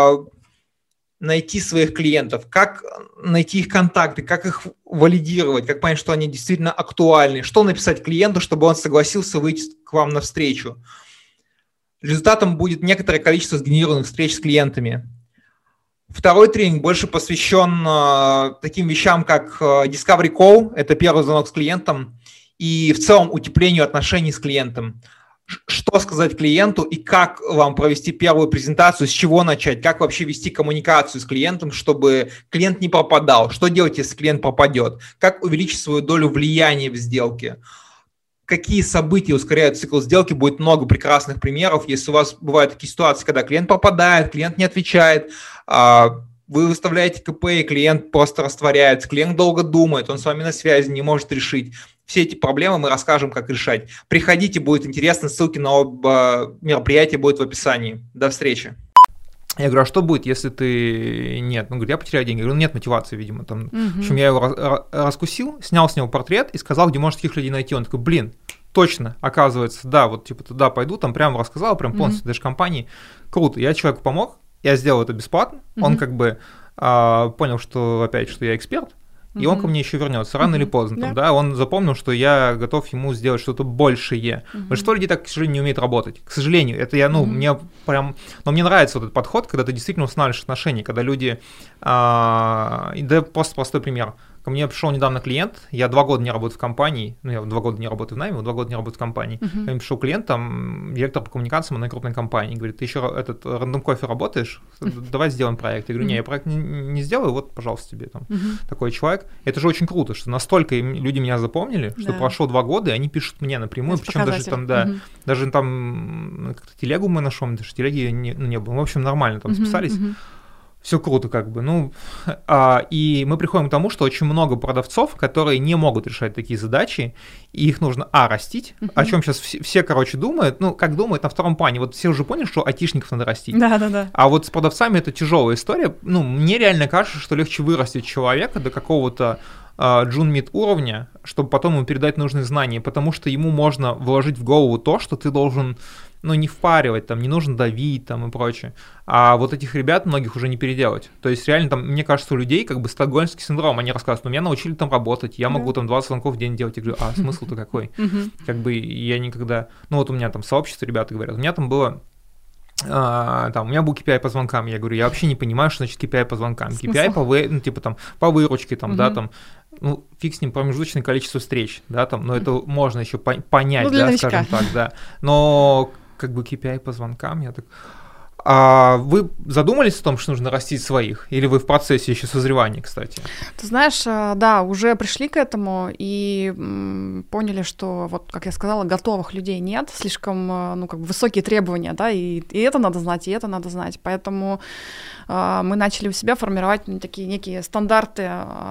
найти своих клиентов, как найти их контакты, как их валидировать, как понять, что они действительно актуальны, что написать клиенту, чтобы он согласился выйти к вам навстречу. Результатом будет некоторое количество сгенерированных встреч с клиентами. Второй тренинг больше посвящен таким вещам, как Discovery Call, это первый звонок с клиентом, и в целом утеплению отношений с клиентом. Что сказать клиенту и как вам провести первую презентацию, с чего начать, как вообще вести коммуникацию с клиентом, чтобы клиент не пропадал, что делать, если клиент пропадет, как увеличить свою долю влияния в сделке, какие события ускоряют цикл сделки, будет много прекрасных примеров, если у вас бывают такие ситуации, когда клиент пропадает, клиент не отвечает, вы выставляете КП, и клиент просто растворяется, клиент долго думает, он с вами на связи, не может решить. Все эти проблемы мы расскажем, как решать. Приходите, будет интересно, ссылки на оба мероприятия будут в описании. До встречи. Я говорю, а что будет, если ты нет? Он говорит, я потеряю деньги. Я говорю, нет мотивации, видимо. Там. В общем, я его раскусил, снял с него портрет и сказал, где можно таких людей найти. Он такой, точно, оказывается, да, туда пойду, там прямо рассказал, прям полностью даже компании. Круто, я человеку помог, я сделал это бесплатно, он понял, что я эксперт, и он ко мне еще вернется, рано или поздно. Он запомнил, что я готов ему сделать что-то большее. Большинство людей так, к сожалению, не умеет работать. К сожалению, это мне прям... Но мне нравится этот подход, когда ты действительно устанавливаешь отношения, когда люди... просто простой пример. Ко мне пришел недавно клиент, я 2 года не работаю в компании, я 2 года не работаю в найме, 2 года не работаю в компании. Ко мне пришел клиент, там, директор по коммуникациям одной крупной компании, говорит, ты еще Random Coffee работаешь? Давай сделаем проект. Я говорю, я проект не сделаю, пожалуйста, тебе там такой человек. Это же очень круто, что настолько люди меня запомнили, что прошло 2 года, и они пишут мне напрямую, причем даже там как-то телегу мы нашли, даже телеги не было. В общем, нормально там списались. Все круто и мы приходим к тому, что очень много продавцов, которые не могут решать такие задачи, и их нужно, растить, о чем сейчас все, думают, как думают на втором плане, все уже поняли, что айтишников надо растить, а с продавцами это тяжелая история, мне реально кажется, что легче вырастить человека до какого-то джун-мид уровня, чтобы потом ему передать нужные знания, потому что ему можно вложить в голову то, что ты должен не впаривать, не нужно давить и прочее. А этих ребят многих уже не переделать. То есть реально мне кажется, у людей стокгольмский синдром, они рассказывают, меня научили там работать, я могу 20 звонков в день делать. Я говорю, смысл-то какой? Я никогда... у меня там сообщество, ребята говорят, у меня там было... у меня был KPI по звонкам, я говорю, я вообще не понимаю, что значит KPI по звонкам. KPI по выручке, фиг с ним, промежуточное количество встреч, но это можно еще понять, скажем так, но KPI по звонкам, я так... А вы задумались о том, что нужно растить своих? Или вы в процессе еще созревания, кстати? Ты знаешь, да, уже пришли к этому и поняли, что, вот, как я сказала, готовых людей нет, слишком, ну, как бы высокие требования, да, и это надо знать, и это надо знать. Поэтому мы начали у себя формировать такие некие стандарты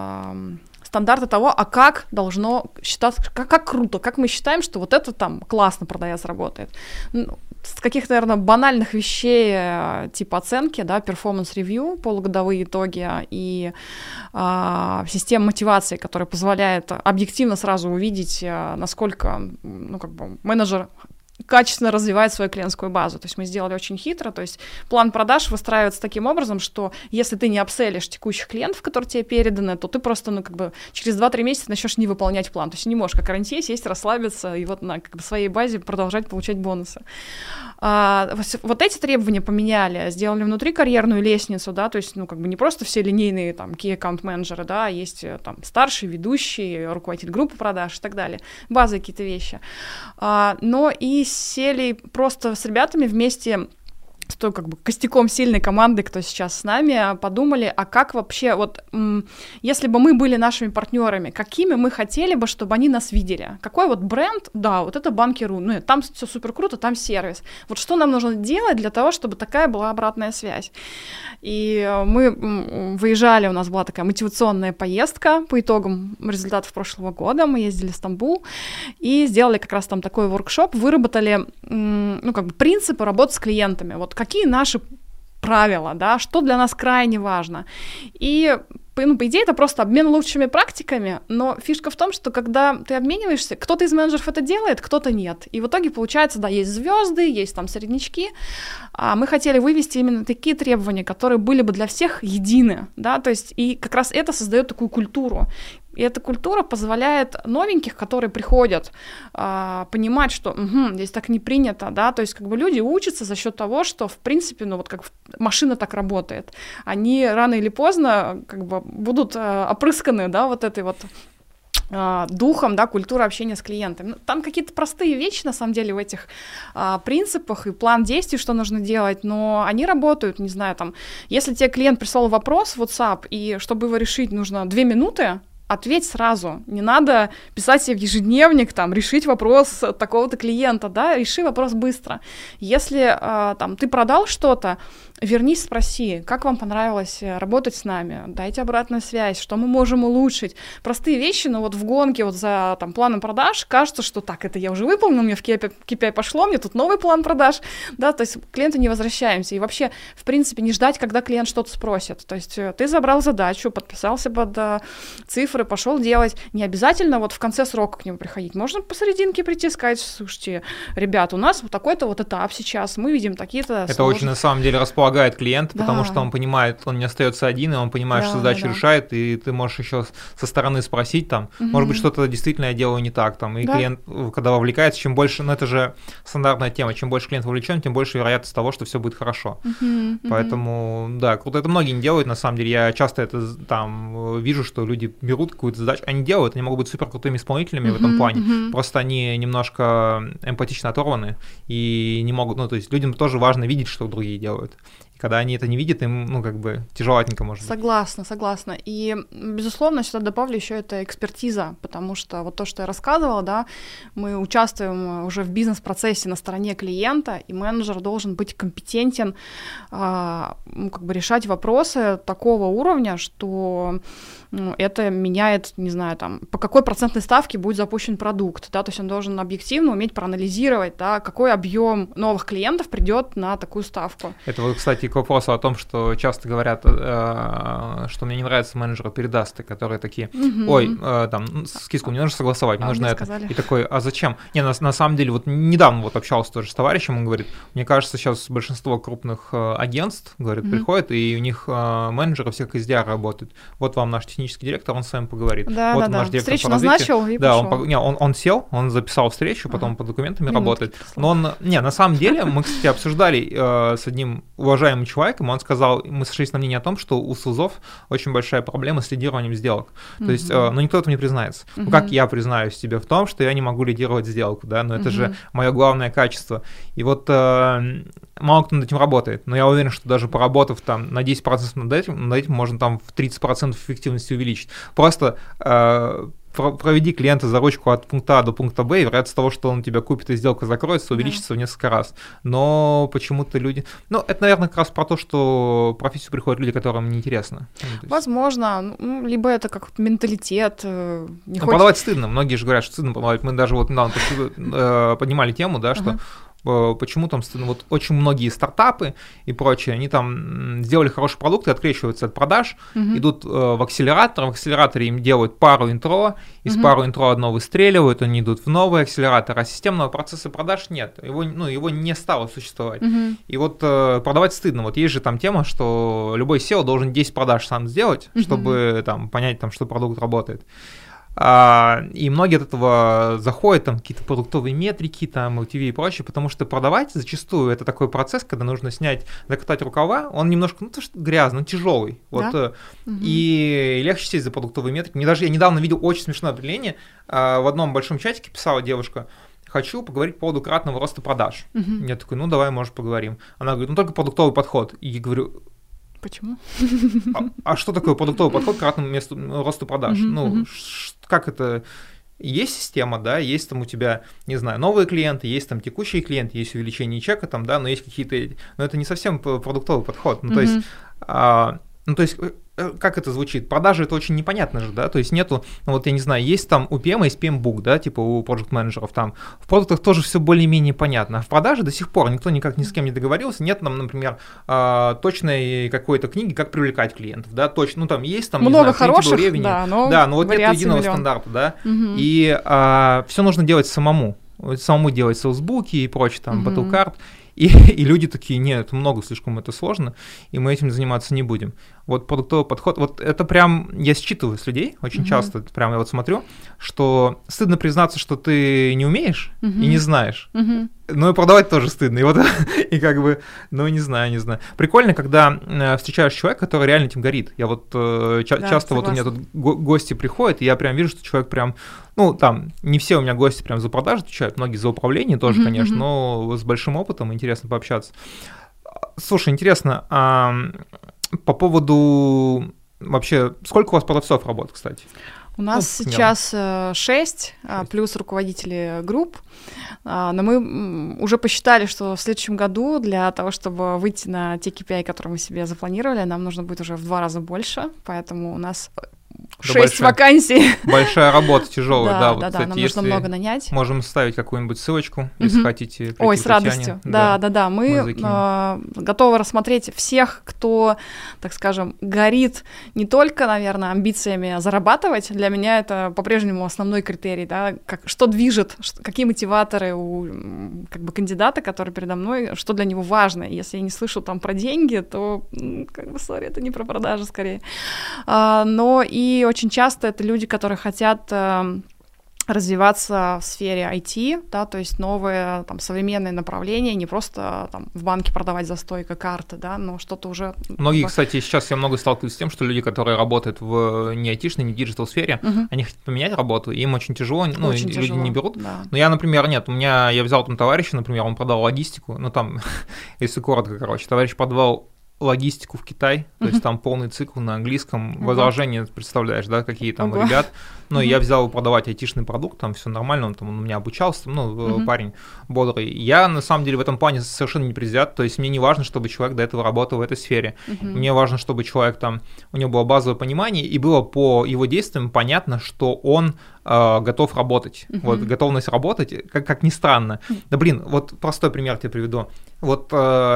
того, а как должно считаться, как круто, как мы считаем, что вот это там классно продавец работает. С каких-то, наверное, банальных вещей, типа оценки, да, перформанс-ревью, полугодовые итоги и система мотивации, которая позволяет объективно сразу увидеть, насколько, ну, как бы менеджер качественно развивает свою клиентскую базу. То есть мы сделали очень хитро, то есть план продаж выстраивается таким образом, что если ты не апселишь текущих клиентов, которые тебе переданы, то ты просто, ну, как бы через 2-3 месяца начнешь не выполнять план. То есть не можешь как рантье сесть, расслабиться и вот на как бы своей базе продолжать получать бонусы. Вот эти требования поменяли, сделали внутри карьерную лестницу, да, то есть, ну, как бы не просто все линейные там key account менеджеры, да, есть там старший, ведущий, руководитель группы продаж и так далее, базовые какие-то вещи. Но и сели просто с ребятами вместе, с той как бы костяком сильной команды, кто сейчас с нами, подумали, а как вообще, вот если бы мы были нашими партнерами, какими мы хотели бы, чтобы они нас видели? Какой вот бренд? Да, вот это Банки.ру, ну, там все супер круто, там сервис. Вот что нам нужно делать для того, чтобы такая была обратная связь? И мы выезжали, у нас была такая мотивационная поездка по итогам результатов прошлого года, мы ездили в Стамбул и сделали как раз там такой воркшоп, выработали, ну, как бы принципы работы с клиентами. Вот какие наши правила, да, что для нас крайне важно. И, ну, по идее, это просто обмен лучшими практиками, но фишка в том, что когда ты обмениваешься, кто-то из менеджеров это делает, кто-то нет. И в итоге получается, да, есть звезды, есть там среднячки, а мы хотели вывести именно такие требования, которые были бы для всех едины, да, то есть и как раз это создает такую культуру. И эта культура позволяет новеньких, которые приходят, понимать, что здесь так не принято, да, то есть как бы люди учатся за счет того, что, в принципе, ну вот как машина так работает. Они рано или поздно как бы будут опрысканы, да, вот этой вот духом, да, культуры общения с клиентами. Там какие-то простые вещи, на самом деле, в этих принципах и план действий, что нужно делать, но они работают, не знаю, там, если тебе клиент прислал вопрос в WhatsApp, и чтобы его решить, нужно 2 минуты, ответь сразу, не надо писать себе в ежедневник, там, решить вопрос такого-то клиента, да, реши вопрос быстро. Если там, ты продал что-то, вернись, спроси, как вам понравилось работать с нами, дайте обратную связь, что мы можем улучшить. Простые вещи, но вот в гонке вот за там, планом продаж кажется, что так, это я уже выполнил, мне в KPI пошло, мне тут новый план продаж, да, то есть к клиенту не возвращаемся. И вообще, в принципе, не ждать, когда клиент что-то спросит. То есть ты забрал задачу, подписался под цифры, пошел делать. Не обязательно вот в конце срока к нему приходить. Можно посерединке прийти и сказать, слушайте, ребят, у нас вот такой-то вот этап сейчас, мы видим такие-то Это очень, на самом деле, располагает клиента, да. Потому что он понимает, он не остается один, и он понимает, что задачу решает, и ты можешь еще со стороны спросить, там, может быть, что-то действительно я делаю не так, там, и клиент, когда вовлекается, чем больше, ну, это же стандартная тема, чем больше клиент вовлечен, тем больше вероятность того, что все будет хорошо. Поэтому, да, круто, это многие не делают, на самом деле, я часто это там вижу, что люди берут какую-то задачу, они делают, они могут быть супер крутыми исполнителями в этом плане, просто они немножко эмпатично оторваны и не могут, ну, то есть людям тоже важно видеть, что другие делают. И когда они это не видят, им, ну, как бы тяжеловатенько может быть. Согласна. И, безусловно, сюда добавлю еще это экспертиза, потому что вот то, что я рассказывала, да, мы участвуем уже в бизнес-процессе на стороне клиента, и менеджер должен быть компетентен, ну, как бы решать вопросы такого уровня, что это меняет, не знаю, там, по какой процентной ставке будет запущен продукт, да, то есть он должен объективно уметь проанализировать, да, какой объем новых клиентов придет на такую ставку. Это вот, кстати, к вопросу о том, что часто говорят, что мне не нравятся менеджеры-передасты, которые такие, ой, там, скидку мне нужно согласовать, мне нужно это. Сказали. И такой, а зачем? Не, на самом деле, вот недавно вот общался тоже с товарищем, он говорит, мне кажется, сейчас большинство крупных агентств, говорит, приходят, и у них менеджеры всех из SDR работают. Вот вам наш технический директор, он с вами поговорит. Да, вот наш директор встречу назначил и да, пошел. Он сел, он записал встречу, потом по документам работает. Но он, на самом деле, мы, кстати, обсуждали с одним уважаемым уважаемым человеком, он сказал, мы сошлись на мнение о том, что у СУЗов очень большая проблема с лидированием сделок. То есть, ну, никто в этом не признается. Ну, как я признаюсь себе в том, что я не могу лидировать сделку, да, но это же мое главное качество. И вот мало кто над этим работает, но я уверен, что даже поработав там на 10% над этим можно там в 30% эффективности увеличить. Просто проведи клиента за ручку от пункта А до пункта Б, и вероятность того, что он тебя купит и сделка закроется, увеличится в несколько раз. Но почему-то люди... Ну, это, наверное, как раз про то, что в профессию приходят люди, которым неинтересно. Возможно. Ну, либо это как менталитет. Продавать стыдно. Многие же говорят, что стыдно продавать. Мы даже вот недавно поднимали тему, да, что почему там вот очень многие стартапы и прочее, они там сделали хороший продукт и открещиваются от продаж, идут в акселераторе им делают пару интро, из пару интро одно выстреливают, они идут в новый акселератор, а системного процесса продаж нет, его не стало существовать. И вот продавать стыдно. Вот есть же там тема, что любой SEO должен 10 продаж сам сделать, чтобы там понять, там, что продукт работает. И многие от этого заходят, там какие-то продуктовые метрики, там LTV и прочее, потому что продавать зачастую это такой процесс, когда нужно закатать рукава, он немножко, грязный, он тяжелый. Да? Вот, и легче сесть за продуктовые метрики. Я недавно видел очень смешное определение, в одном большом чатике писала девушка: хочу поговорить по поводу кратного роста продаж. Я такой, ну давай, может, поговорим. Она говорит, ну только продуктовый подход. И я говорю, почему? А что такое продуктовый подход к кратному росту продаж? Как это? Есть система, да, есть там у тебя, не знаю, новые клиенты, есть там текущие клиенты, есть увеличение чека, там, да, но есть какие-то... Но это не совсем продуктовый подход. То есть, как это звучит? Продажи — это очень непонятно же, да, то есть нету, я не знаю, есть там у PM, есть PM-book, да, типа у проект-менеджеров, там в продуктах тоже все более-менее понятно, а в продаже до сих пор никто никак ни с кем не договорился, нет там, например, точной какой-то книги, как привлекать клиентов, да, точно, там есть там, много не знаю, хороших, времени, но вот нет единого стандарта, да, и все нужно делать самому делать селсбуки и прочее, там, Battlecard. И люди такие, нет, много слишком, это сложно, и мы этим заниматься не будем. Вот продуктовый подход, вот это прям, я считываю с людей очень часто, прям я вот смотрю, что стыдно признаться, что ты не умеешь и не знаешь, но и продавать тоже стыдно, и вот, и как бы, не знаю. Прикольно, когда встречаешь человека, который реально этим горит. Я вот часто вот у меня тут гости приходят, и я прям вижу, что человек прям, там, не все у меня гости прям за продажу отвечают, многие за управление тоже, конечно, но с большим опытом интересно пообщаться. Слушай, интересно, по поводу вообще, сколько у вас продавцов работает, кстати? У нас сейчас 6, плюс руководители групп, но мы уже посчитали, что в следующем году для того, чтобы выйти на те KPI, которые мы себе запланировали, нам нужно будет уже в 2 раза больше, поэтому у нас 6 вакансий. Большая работа, тяжелая, да. Да, нам нужно много нанять. Можем ставить какую-нибудь ссылочку, если хотите. Ой, с радостью. Да. Мы готовы рассмотреть всех, кто, так скажем, горит не только, наверное, амбициями зарабатывать. Для меня это по-прежнему основной критерий, да, что движет, какие мотиваторы у кандидата, который передо мной, что для него важно. Если я не слышу там про деньги, то, сори, это не про продажи скорее. Но и очень часто это люди, которые хотят развиваться в сфере IT, да, то есть новые там современные направления, не просто там в банке продавать за стойкой карты, да, но что-то уже... Многие, кстати, сейчас я много сталкиваюсь с тем, что люди, которые работают в не айтишной, не диджитал сфере, они хотят поменять работу, и им очень тяжело, очень люди тяжело, не берут. Да. Но я, например, нет, я взял там товарища, например, он продал логистику, там, если коротко, товарищ продавал логистику в Китай, то есть там полный цикл на английском, возражения, представляешь, да, какие там ребят, я взял его продавать айтишный продукт, там все нормально, он у меня обучался, парень бодрый. Я, на самом деле, в этом плане совершенно не предвзят, то есть мне не важно, чтобы человек до этого работал в этой сфере, мне важно, чтобы человек там, у него было базовое понимание, и было по его действиям понятно, что он готов работать, вот, готовность работать, как ни странно. Да блин, вот простой пример тебе приведу. Вот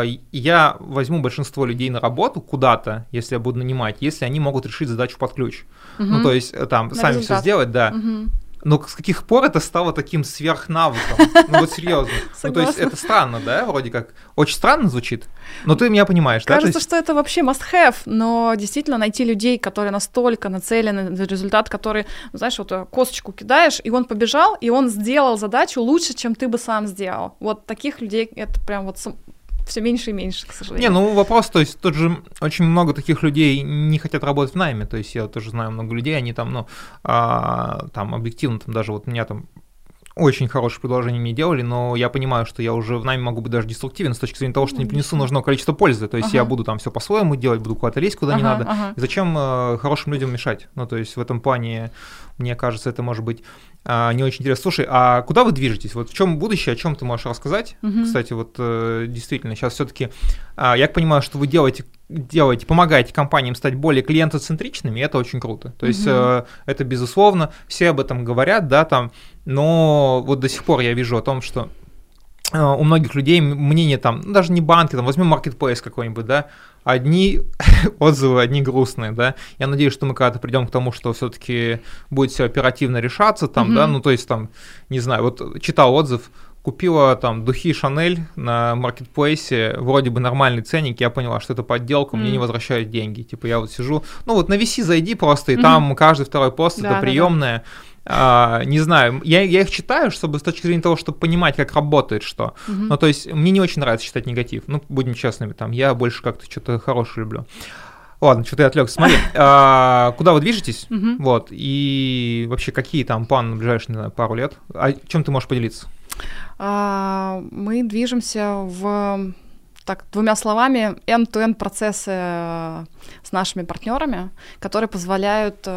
я возьму большинство людей на работу куда-то, если я буду нанимать, если они могут решить задачу под ключ. То есть там сами все сделать, да. Но с каких пор это стало таким сверхнавыком? Вот серьезно. То есть это странно, да, вроде как. Очень странно звучит, но ты меня понимаешь, да? Кажется, что это вообще must-have, но действительно найти людей, которые настолько нацелены на результат, который, знаешь, вот косточку кидаешь, и он побежал, и он сделал задачу лучше, чем ты бы сам сделал. Вот таких людей это прям вот все меньше и меньше, к сожалению. Не, ну вопрос, то есть тут же очень много таких людей не хотят работать в найме, то есть я тоже знаю много людей, они там, ну, там объективно, там даже вот у меня там очень хорошие предложения мне делали, но я понимаю, что я уже в найме могу быть даже деструктивен с точки зрения того, что не принесу нужного количества пользы. То есть я буду там все по-своему делать, буду куда-то лезть, куда не надо. И зачем хорошим людям мешать? Ну, то есть в этом плане, мне кажется, это может быть не очень интересно. Слушай, а куда вы движетесь? Вот в чем будущее, о чем ты можешь рассказать? Кстати, вот действительно, сейчас все-таки я понимаю, что вы делаете, помогаете компаниям стать более клиентоцентричными, и это очень круто. То есть это безусловно, все об этом говорят, да, там, но вот до сих пор я вижу о том, что у многих людей мнение там, ну, даже не банки, там, возьмем маркетплейс какой-нибудь, да, одни отзывы, одни грустные, да. Я надеюсь, что мы когда-то придем к тому, что все-таки будет все оперативно решаться, там, да, ну, то есть там, не знаю, вот читал отзыв, купила там духи Шанель на маркетплейсе, вроде бы нормальный ценник, я поняла, что это подделка, мне не возвращают деньги. Типа я вот сижу, ну вот на VC зайди просто, и там каждый второй пост это приемная. Не знаю, я их читаю, чтобы с точки зрения того, чтобы понимать, как работает что. Ну, то есть мне не очень нравится читать негатив. Ну, будем честными, там, я больше как-то что-то хорошее люблю. Ладно, что-то я отвлекся. Смотри, куда вы движетесь? Вот, и вообще какие там планы на ближайшие, не знаю, пару лет? Чем ты можешь поделиться? Мы движемся в, так, двумя словами, end-to-end процессы с нашими партнерами, которые позволяют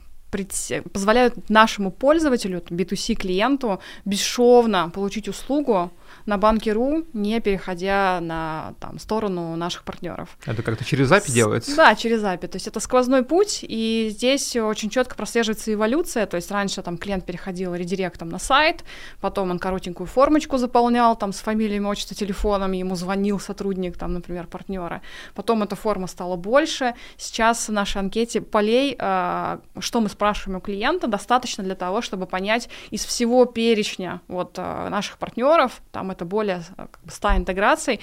нашему пользователю, B2C клиенту, бесшовно получить услугу на Банки.ру, не переходя на там, сторону наших партнеров. Это как-то через API делается? Да, через API. То есть это сквозной путь, и здесь очень четко прослеживается эволюция. То есть раньше там клиент переходил редиректом на сайт, потом он коротенькую формочку заполнял там с фамилией, имя, отчество, телефоном, ему звонил сотрудник, там, например, партнера. Потом эта форма стала больше. Сейчас в нашей анкете полей, что мы спрашиваем у клиента, достаточно для того, чтобы понять из всего перечня вот, наших партнеров, там это более 100 интеграций,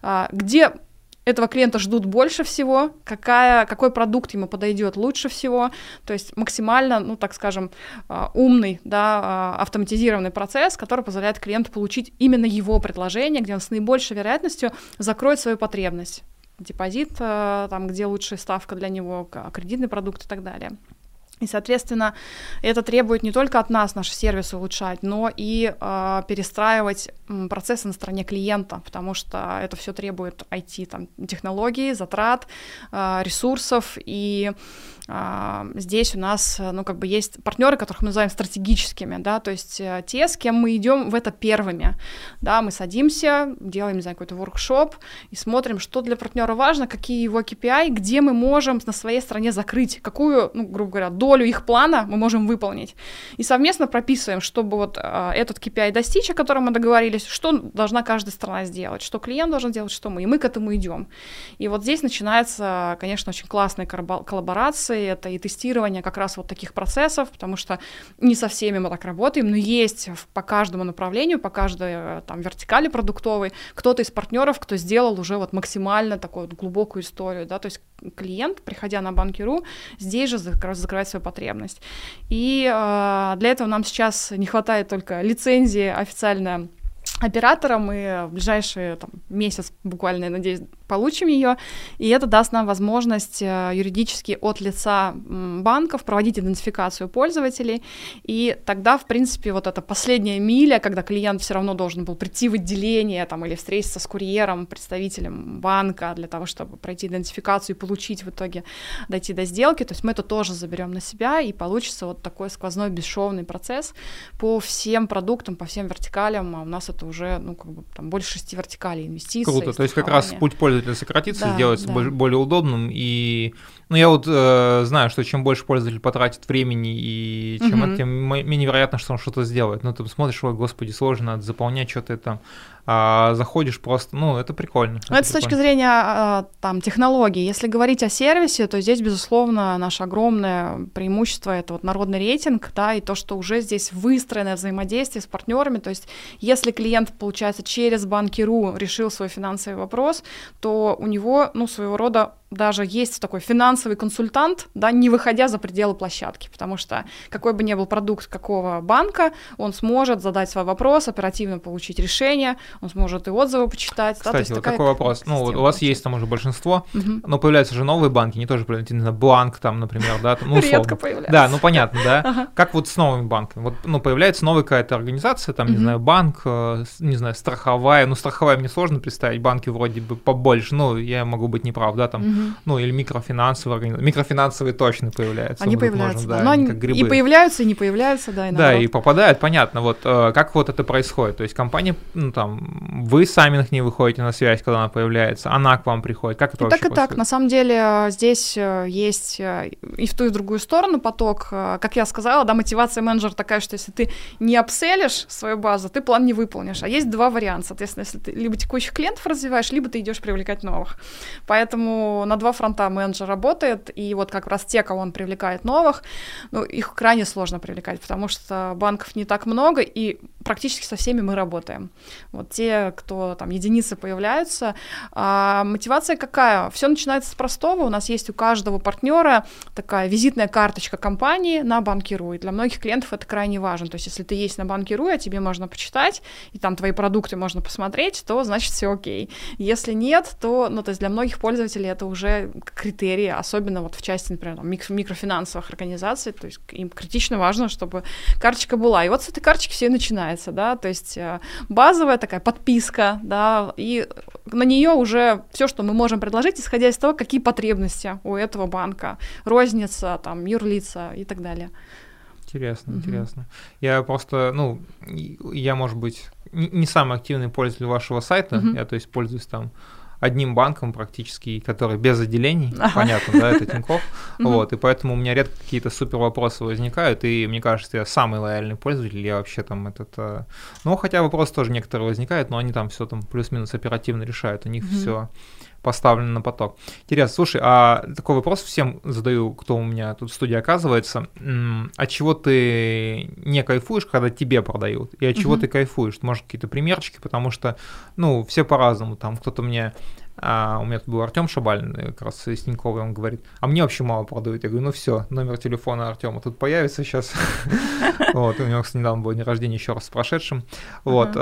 где этого клиента ждут больше всего, какой продукт ему подойдет лучше всего, то есть максимально, ну, так скажем, умный, да, автоматизированный процесс, который позволяет клиенту получить именно его предложение, где он с наибольшей вероятностью закроет свою потребность. Депозит, там, где лучшая ставка для него, кредитный продукт и так далее. И, соответственно, это требует не только от нас наши сервисы улучшать, но и перестраивать процессы на стороне клиента, потому что это все требует IT-технологий, затрат, ресурсов, и здесь у нас, ну, как бы есть партнеры, которых мы называем стратегическими, да, то есть те, с кем мы идем в это первыми, да, мы садимся, делаем, не знаю, какой-то воркшоп и смотрим, что для партнера важно, какие его KPI, где мы можем на своей стороне закрыть, какую, ну, грубо говоря, долю их плана мы можем выполнить, и совместно прописываем, чтобы вот этот KPI достичь, о котором мы договорились, что должна каждая сторона сделать, что клиент должен делать, что мы, и мы к этому идем. И вот здесь начинается, конечно, очень классная коллаборация, это и тестирование как раз вот таких процессов, потому что не со всеми мы так работаем, но есть по каждому направлению, по каждой там вертикали продуктовой кто-то из партнеров, кто сделал уже вот максимально такую вот глубокую историю, да, то есть клиент, приходя на Банки.ру, здесь же закрывает свою потребность. И для этого нам сейчас не хватает только лицензии официально оператора, мы в ближайший месяц буквально, я надеюсь, получим ее, и это даст нам возможность юридически от лица банков проводить идентификацию пользователей, и тогда, в принципе, вот эта последняя миля, когда клиент все равно должен был прийти в отделение там, или встретиться с курьером, представителем банка для того, чтобы пройти идентификацию и получить в итоге, дойти до сделки, то есть мы это тоже заберем на себя, и получится вот такой сквозной бесшовный процесс по всем продуктам, по всем вертикалям, а у нас это уже, ну, как бы, там, больше 6 вертикалей инвестиций. Круто, то есть как раз путь пользователя сократится, да, сделается более удобным, и, ну, я вот знаю, что чем больше пользователь потратит времени, и чем это, тем менее вероятно, что он что-то сделает. Ну, ты смотришь, ой, господи, сложно, надо заполнять что-то там, заходишь просто, ну, это прикольно. Это с точки зрения там технологий. Если говорить о сервисе, то здесь, безусловно, наше огромное преимущество — это вот народный рейтинг, да, и то, что уже здесь выстроенное взаимодействие с партнерами, то есть если клиент, получается, через Банки.ру решил свой финансовый вопрос, то у него, ну, своего рода даже есть такой финансовый консультант, да, не выходя за пределы площадки, потому что какой бы ни был продукт какого банка, он сможет задать свой вопрос, оперативно получить решение, он сможет и отзывы почитать. Кстати, да, то есть вот такой вопрос. Ну, вот у вас есть там уже большинство, но появляются же новые банки, не тоже появляются, Бланк там, например, да? Ну, редко появляются. Да, ну понятно, да? Как вот с новыми банками? Вот, ну, появляется новая какая-то организация, там, не знаю, банк, не знаю, страховая, ну, страховая мне сложно представить, банки вроде бы побольше, ну, я могу быть неправ, да, там, ну, или микрофинансовые организации. Микрофинансовые точно появляются. Они появляются, можно, да, но они как грибы. И появляются, и не появляются, да, и наоборот. Да, и попадают, понятно, вот как вот это происходит, то есть компания, ну, там, вы сами к ней выходите на связь, когда она появляется, она к вам приходит, как это и вообще так, и происходит? так, на самом деле здесь есть и в ту, и в другую сторону поток, как я сказала, да, мотивация менеджера такая, что если ты не апселишь свою базу, ты план не выполнишь, а есть два варианта, соответственно, если ты либо текущих клиентов развиваешь, либо ты идешь привлекать новых, поэтому на два фронта менеджер работает, и вот как раз те, кого он привлекает новых, ну, их крайне сложно привлекать, потому что банков не так много, и практически со всеми мы работаем. Вот те, кто там единицы появляются. А мотивация какая? Все начинается с простого. У нас есть у каждого партнера такая визитная карточка компании на Банки.ру. И для многих клиентов это крайне важно. То есть, если ты есть на Банки.ру, а тебе можно почитать, и там твои продукты можно посмотреть, то значит все окей. Если нет, то, ну, то есть для многих пользователей это уже критерии, особенно вот в части, например, там, микрофинансовых организаций. То есть им критично важно, чтобы карточка была. И вот с этой карточки все и начинается. Да, то есть базовая такая подписка, да, и на нее уже все, что мы можем предложить, исходя из того, какие потребности у этого банка, розница, там, юрлица и так далее. Интересно, интересно. Я просто, ну, я, может быть, не самый активный пользователь вашего сайта, я, то есть, пользуюсь там одним банком практически, который без отделений, понятно, да, это Тинькофф, вот, и поэтому у меня редко какие-то супер вопросы возникают, и мне кажется, я самый лояльный пользователь, я вообще там ну, хотя вопросы тоже некоторые возникают, но они там все там плюс-минус оперативно решают, у них все поставлено на поток. Интересно, слушай, а такой вопрос всем задаю, кто у меня тут в студии оказывается, от чего ты не кайфуешь, когда тебе продают, и от чего ты кайфуешь? Может, какие-то примерчики, потому что, ну, все по-разному, там кто-то мне, у меня тут был Артем Шабалин, как раз из Тинькова, он говорит, а мне вообще мало продают. Я говорю, ну все, номер телефона Артема тут появится сейчас. Вот, у него, кстати, недавно был день рождения, еще раз с прошедшим. Вот.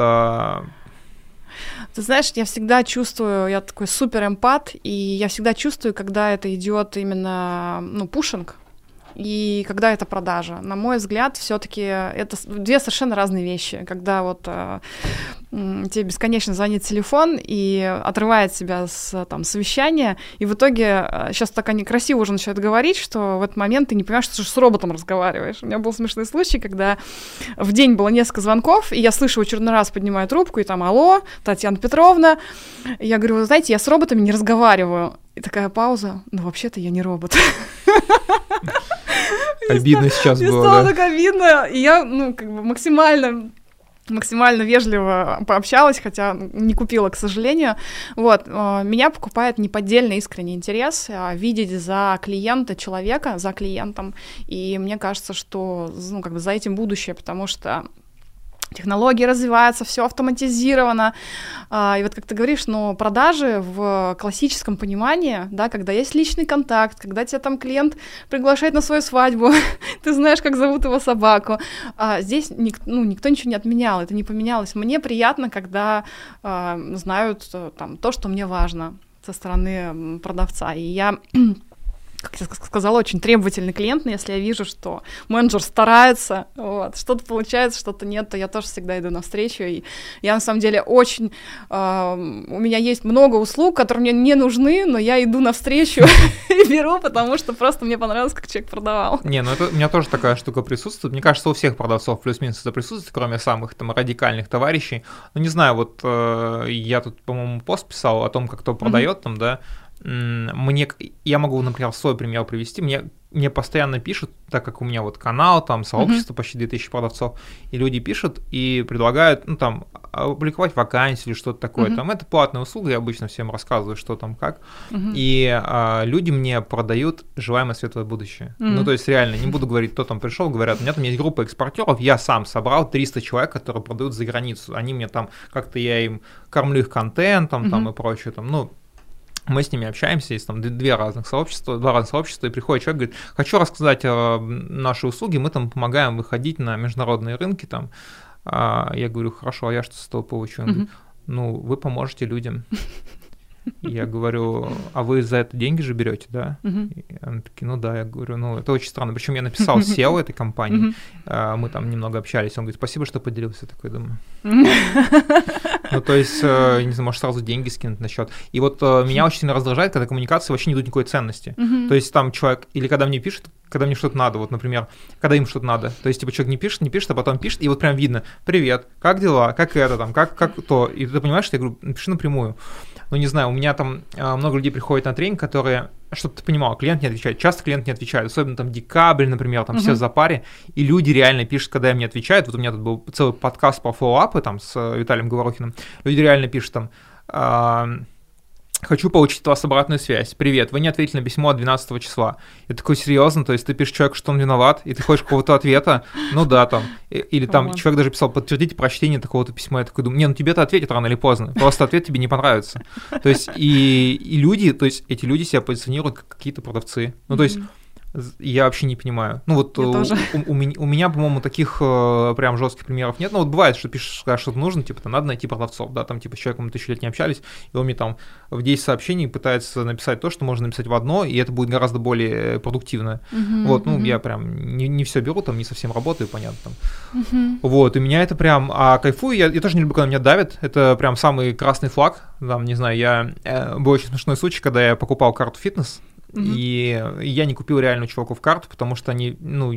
Ты знаешь, я всегда чувствую, я такой супер эмпат, и я всегда чувствую, когда это идет именно, ну, пушинг, и когда это продажа. На мой взгляд, все-таки это две совершенно разные вещи. Когда вот тебе бесконечно звонит телефон и отрывает себя с там, совещания, и в итоге сейчас так они красиво уже начинают говорить, что в этот момент ты не понимаешь, что ты с роботом разговариваешь. У меня был смешной случай, когда в день было несколько звонков, и я слышу, в очередной раз поднимаю трубку, и там: алло, Татьяна Петровна. И я говорю: вы знаете, я с роботами не разговариваю. И такая пауза: ну, вообще-то я не робот. Обидно сейчас было, да? Мне стало так обидно, и я, ну, как бы максимально вежливо пообщалась, хотя не купила, к сожалению. Вот, меня покупает неподдельный искренний интерес видеть за клиента человека, за клиентом, и мне кажется, что, ну, как бы за этим будущее, потому что технологии развиваются, все автоматизировано. И вот как ты говоришь, но продажи в классическом понимании, да, когда есть личный контакт, когда тебя там клиент приглашает на свою свадьбу, ты знаешь, как зовут его собаку. Здесь никто ничего не отменял, это не поменялось. Мне приятно, когда знают там, то, что мне важно со стороны продавца. И я, как я сказала, очень требовательный клиент, но если я вижу, что менеджер старается, вот, что-то получается, что-то нет, то я тоже всегда иду навстречу. И я, на самом деле, очень... у меня есть много услуг, которые мне не нужны, но я иду навстречу и беру, потому что просто мне понравилось, как человек продавал. Не, ну это у меня тоже такая штука присутствует. Мне кажется, у всех продавцов плюс-минус это присутствует, кроме самых там радикальных товарищей. Ну, не знаю, вот я тут, по-моему, пост писал о том, как кто продает там, да. Я могу, например, свой пример привести. Мне постоянно пишут, так как у меня вот канал, там сообщество почти 2000 продавцов, и люди пишут и предлагают, ну, там, опубликовать вакансию или что-то такое. Там это платная услуга, я обычно всем рассказываю, что там как. И люди мне продают желаемое светлое будущее. Ну, то есть реально, не буду говорить, кто там пришел, говорят, у меня там есть группа экспортеров, я сам собрал 300 человек, которые продают за границу. Они мне там, как-то я им кормлю их контентом там и прочее, там, ну, Мы с ними общаемся, есть там два разных сообщества, и приходит человек, говорит, хочу рассказать наши услуги, мы там помогаем выходить на международные рынки, там. Я говорю, хорошо, а я что с этого получу? Он говорит, ну, вы поможете людям. Я говорю, а вы за это деньги же берете, да? И они такие, ну да, я говорю, ну это очень странно. Причем я написал SEO этой компании, мы там немного общались, он говорит, спасибо, что поделился. Я такой думаю. Ну то есть, не знаю, может сразу деньги скинуть на счет. И вот меня очень сильно раздражает, когда коммуникации вообще не идут никакой ценности. То есть там человек, или когда мне пишет, когда мне что-то надо, вот, например, когда им что-то надо. То есть, типа, человек не пишет, а потом пишет, и вот прям видно, привет, как дела, как это там, как то. И ты понимаешь, что я говорю, напиши напрямую. Ну, не знаю, у меня там много людей приходит на тренинг, которые, чтобы ты понимал, клиент не отвечает, часто клиент не отвечает, особенно там декабрь, например, там все в запаре, и люди реально пишут, когда им не отвечают, вот у меня тут был целый подкаст по фоллоуапу там с Виталием Говорухиным, люди реально пишут там, хочу получить от вас обратную связь. Привет, вы не ответили на письмо от 12 числа. Я такой, серьезно, то есть ты пишешь человеку, что он виноват, и ты хочешь какого-то ответа, ну да, там, или там человек даже писал, подтвердите прочтение такого-то письма, я такой думаю, ну тебе-то ответят рано или поздно, просто ответ тебе не понравится. То есть и люди, то есть эти люди себя позиционируют как какие-то продавцы, ну то есть я вообще не понимаю. Ну вот у меня, по-моему, таких прям жестких примеров нет. Ну вот бывает, что пишешь, когда что-то нужно, типа там надо найти продавцов, да, там типа с человеком мы 1000 лет не общались, и он мне там в 10 сообщений пытается написать то, что можно написать в одно, и это будет гораздо более продуктивно. Вот, ну я прям не все беру, там не совсем работаю, понятно там. Вот, и меня это прям, кайфую, я тоже не люблю, когда меня давят, это прям самый красный флаг, там, не знаю, был очень смешной случай, когда я покупал карту фитнес, и я не купил реальную чуваков карту, потому что они, ну,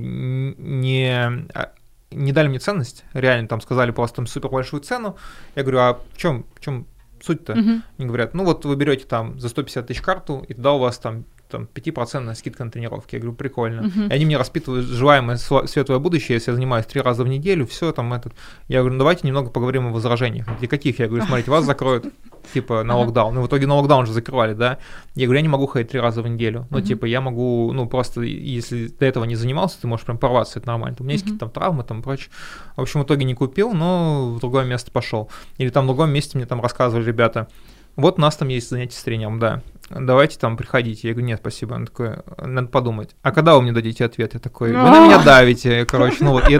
не дали мне ценность, реально там сказали просто там супер большую цену. Я говорю, а в чем суть-то? Они говорят, ну вот вы берете там за 150 тысяч карту, и тогда у вас там 5% скидка на тренировки. Я говорю, прикольно. И они мне распитывают желаемое светлое будущее, если я занимаюсь 3 раза в неделю, все там этот. Я говорю, ну давайте немного поговорим о возражениях. Для каких? Я говорю, смотрите, вас закроют типа на локдаун. Ну, в итоге на локдаун же закрывали, да. Я говорю, я не могу ходить 3 раза в неделю. Ну, типа, я могу, ну, просто, если до этого не занимался, ты можешь прям порваться, это нормально. У меня есть какие-то там травмы, там, прочее. В общем, в итоге не купил, но в другое место пошел. Или там в другом месте мне там рассказывали ребята, вот у нас там есть занятия с тренером, да, давайте там приходите. Я говорю, нет, спасибо. Он такой, надо подумать. А когда вы мне дадите ответ? Я такой, вы на меня давите, короче. Ну вот, и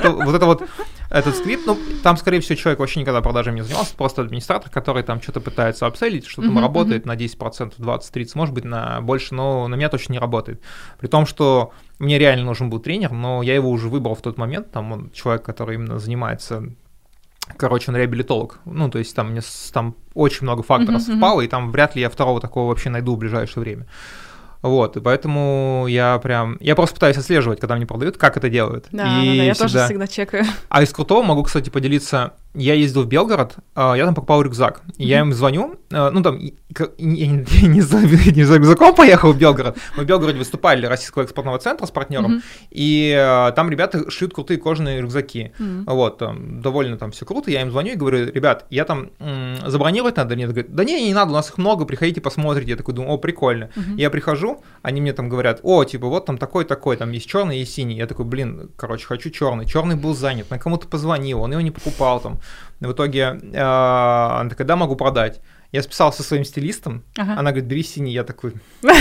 этот скрипт, ну, там, скорее всего, человек вообще никогда продажами не занимался, просто администратор, который там что-то пытается апселить, что-то там работает на 10%, 20-30%, может быть, на больше, но на меня точно не работает. При том, что мне реально нужен был тренер, но я его уже выбрал в тот момент, там он человек, который именно занимается... Короче, он реабилитолог. Ну, то есть там очень много факторов совпало, и там вряд ли я второго такого вообще найду в ближайшее время. Вот, и поэтому я просто пытаюсь отслеживать, когда мне продают, как это делают. Да, я тоже всегда чекаю. А из крутого могу, кстати, поделиться. Я ездил в Белгород, я там покупал рюкзак, и я им звоню, ну там, я не за рюкзаком поехал в Белгород, мы в Белгороде выступали для Российского экспортного центра с партнером, и там ребята шьют крутые кожаные рюкзаки, вот, там, довольно там все круто, я им звоню и говорю, ребят, я там забронировать надо? Нет, говорят, да не надо, у нас их много, приходите посмотрите, я такой думаю, о, прикольно, я прихожу, они мне там говорят, о, типа, вот там такой, там есть черный, есть синий, я такой, блин, короче, хочу черный был занят, на кому-то позвонил, он его не покупал там. В итоге она такая, да, могу продать. Я списался со своим стилистом, она говорит, бери синий, я такой...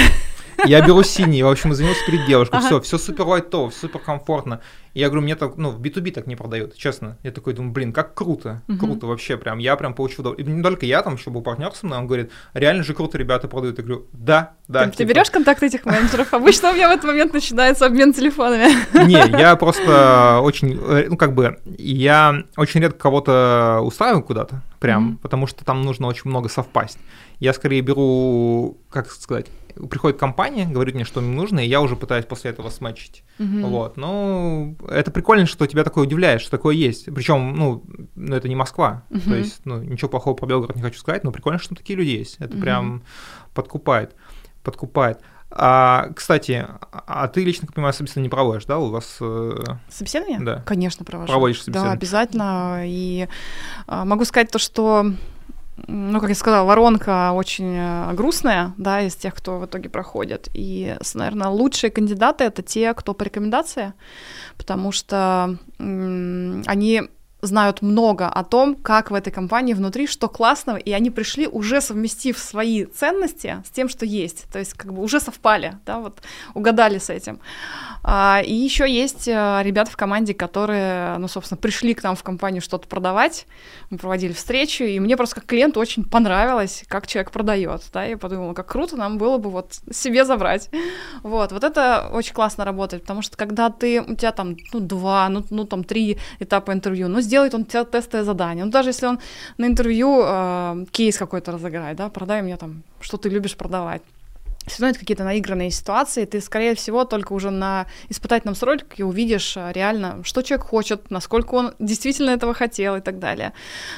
Я беру синий, в общем, извинился перед девушкой, все супер лайтово, супер комфортно. И я говорю, мне так, ну, в B2B так не продают, честно. Я такой думаю, блин, как круто вообще, прям, я прям получил удовольствие. И не только я, там еще был партнер со мной, он говорит, реально же круто ребята продают. Я говорю, да. Ты берешь контакты этих менеджеров? Обычно у меня в этот момент начинается обмен телефонами. Не, я просто очень, ну, как бы, я очень редко кого-то устраиваю куда-то, прям, потому что там нужно очень много совпасть. Я скорее беру, как сказать, приходит компания, говорит мне, что им нужно, и я уже пытаюсь после этого сматчить. Вот. Ну, это прикольно, что тебя такое удивляет, что такое есть. Причем, ну, это не Москва. То есть, ну, ничего плохого про Белгород не хочу сказать, но прикольно, что такие люди есть. Это прям подкупает. Кстати, ты лично, как понимаю, собственно, не проводишь, да, у вас... Собеседование? Да. Конечно, провожу. Проводишь собеседование? Да, обязательно. И могу сказать то, что... Ну, как я сказала, воронка очень грустная, да, из тех, кто в итоге проходит. И, наверное, лучшие кандидаты — это те, кто по рекомендации, потому что они знают много о том, как в этой компании внутри, что классного, и они пришли, уже совместив свои ценности с тем, что есть, то есть как бы уже совпали, да, вот угадали с этим. И еще есть ребята в команде, которые, ну, собственно, пришли к нам в компанию что-то продавать, мы проводили встречу, и мне просто как клиенту очень понравилось, как человек продает, да, я подумала, как круто нам было бы вот себе забрать. Вот это очень классно работает, потому что когда у тебя там, 2, там 3 этапа интервью, сделает он тебе тестовое задание. Даже если он на интервью кейс какой-то разыграет, да, продай мне там, что ты любишь продавать. Все равно это какие-то наигранные ситуации, ты, скорее всего, только уже на испытательном сроке увидишь реально, что человек хочет, насколько он действительно этого хотел и так далее.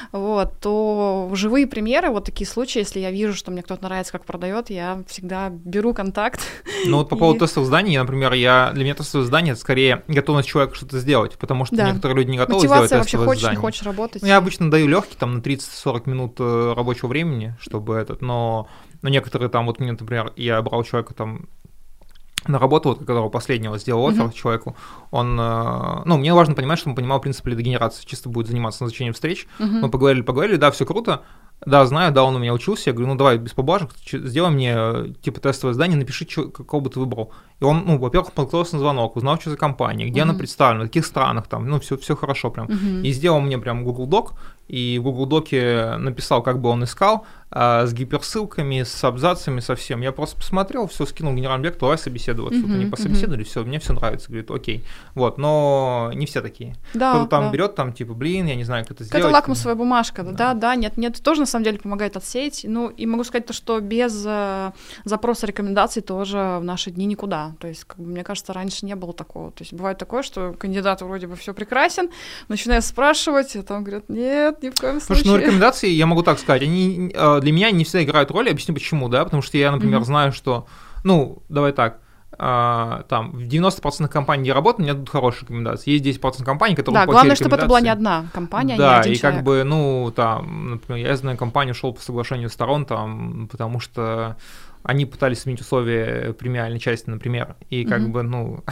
То живые примеры, вот такие случаи, если я вижу, что мне кто-то нравится, как продает, я всегда беру контакт. Ну вот по поводу тестовых зданий, например, для меня тестовое задание — это скорее готовность человека что-то сделать, потому что некоторые люди не готовы сделать тестовое задание. Мотивация вообще хочешь, не хочешь работать. Я обычно даю легкий, там, на 30-40 минут рабочего времени, чтобы но некоторые там, вот мне, например, я брал человека там на работу, вот которого последнего сделал оффер человеку, он, мне важно понимать, что он понимал принцип лидогенерации, чисто будет заниматься назначением встреч, мы поговорили, да, все круто, да, знаю, да, он у меня учился, я говорю, давай без поблажек, сделай мне, типа, тестовое задание, напиши, какого бы ты выбрал. И он, во-первых, подготовился на звонок, узнал, что за компания, где она представлена, в каких странах там, все хорошо прям. И сделал мне прям Google Doc, и в Google Доке написал, как бы он искал, с гиперссылками, с абзацами, со всем. Я просто посмотрел, все скинул генеральному директору, давай собеседоваться. Они пособеседовали, все, мне все нравится, говорит, окей. Но не все такие. Кто-то там берет, там, типа, я не знаю, как это сделать. Какая-то лакмусовая бумажка, да, нет, тоже на самом деле помогает отсеять. И могу сказать то, что без запроса рекомендаций тоже в наши дни никуда. То есть, мне кажется, раньше не было такого. То есть бывает такое, что кандидат вроде бы все прекрасен, начинаю спрашивать, а там говорят, нет, ни в коем случае. Потому что, рекомендации, я могу так сказать, они для меня не всегда играют роль, объясню почему, да, потому что я, например, знаю, что, давай так, там, в 90% компаний, где я работаю, у меня тут хорошие рекомендации. Есть 10% компаний, которые платят рекомендации. Да, главное, чтобы это была не одна компания, да, не один и человек. как бы, там, например, я знаю компанию, шел по соглашению сторон, там, потому что они пытались сменить условия премиальной части, например, и как бы,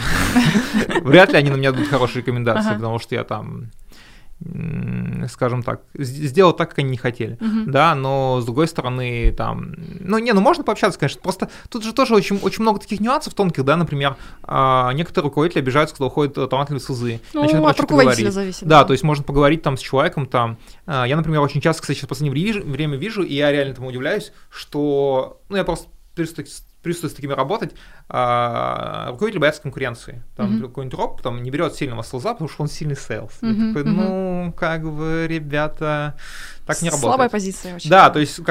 вряд ли они на меня дадут хорошие рекомендации, потому что я там, скажем так, сделал так, как они не хотели, да, но с другой стороны, там, можно пообщаться, конечно, просто тут же тоже очень много таких нюансов тонких, да, например, некоторые руководители обижаются, когда уходят талантливые СЛЗы, от руководителя зависит. Да, то есть можно поговорить там с человеком, там, я, например, очень часто, кстати, сейчас в последнее время вижу, и я реально этому удивляюсь, что, я просто перестаю с такими работать, руководитель боятся конкуренции. Там какой-нибудь роб там не берет сильного селза, потому что он сильный сейлс. Такой, ребята, так не работает. Слабая позиция очень. Да, то есть,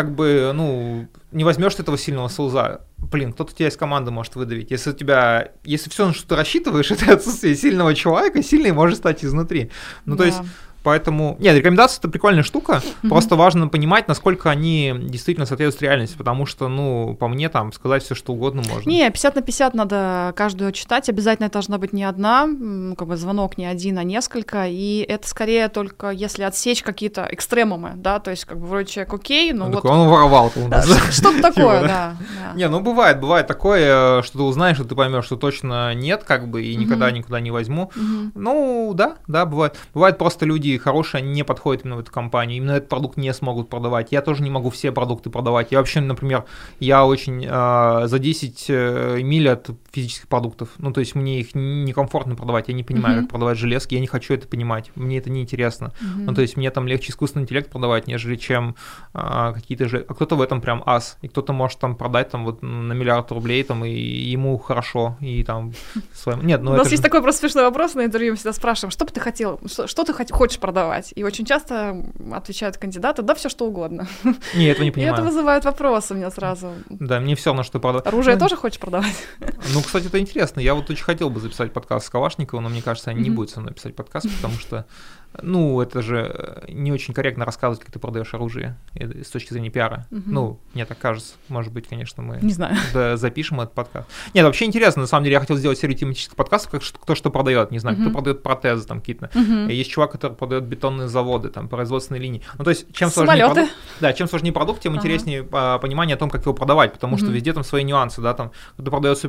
не возьмешь этого сильного селза. Кто-то тебя из команды может выдавить. Если все, на что ты рассчитываешь, это отсутствие сильного человека, сильный может стать изнутри. То есть, поэтому, рекомендации — это прикольная штука, просто важно понимать, насколько они действительно соответствуют реальности, потому что, по мне, там, сказать все что угодно можно. 50/50 надо каждую читать, обязательно это должна быть не одна, звонок не один, а несколько, и это скорее только если отсечь какие-то экстремумы, да, то есть, вроде человек окей, но такой, он воровал. Что-то такое, да. Бывает такое, что ты узнаешь, что ты поймешь, что точно нет, и никогда никуда не возьму. Да, бывает. Бывает просто люди хорошие, они не подходят именно в эту компанию, именно этот продукт не смогут продавать. Я тоже не могу все продукты продавать. Я вообще, например, очень за 10 миль от физических продуктов. То есть мне их некомфортно продавать, я не понимаю, как продавать железки, я не хочу это понимать, мне это неинтересно. То есть мне там легче искусственный интеллект продавать, нежели чем какие-то же... А кто-то в этом прям ас, и кто-то может там продать там на $1 миллиард рублей, там, и ему хорошо, и там... Нет, у нас есть такой просто смешной вопрос на интервью, мы всегда спрашиваем, что бы ты хотел, что ты хочешь продавать? И очень часто отвечают кандидаты, да, все что угодно. Не, этого не понимаю. И это вызывает вопросы у меня сразу. Да, мне все равно, что продавать. Оружие тоже хочешь продавать? Кстати, это интересно. Я очень хотел бы записать подкаст с Калашниковым, но мне кажется, они не будут со мной писать подкаст, потому что это же не очень корректно рассказывать, как ты продаешь оружие с точки зрения пиара. Мне так кажется. Может быть, конечно, мы запишем этот подкаст. Нет, вообще интересно. На самом деле, я хотел сделать серию тематических подкастов, как кто что продает. Не знаю, кто продает протезы там какие-то. Есть чувак, который продает бетонные заводы, там, производственные линии. То есть, чем сложнее продукт, тем интереснее понимание о том, как его продавать, потому что везде там свои нюансы, да, там, кто-то продает суперпростые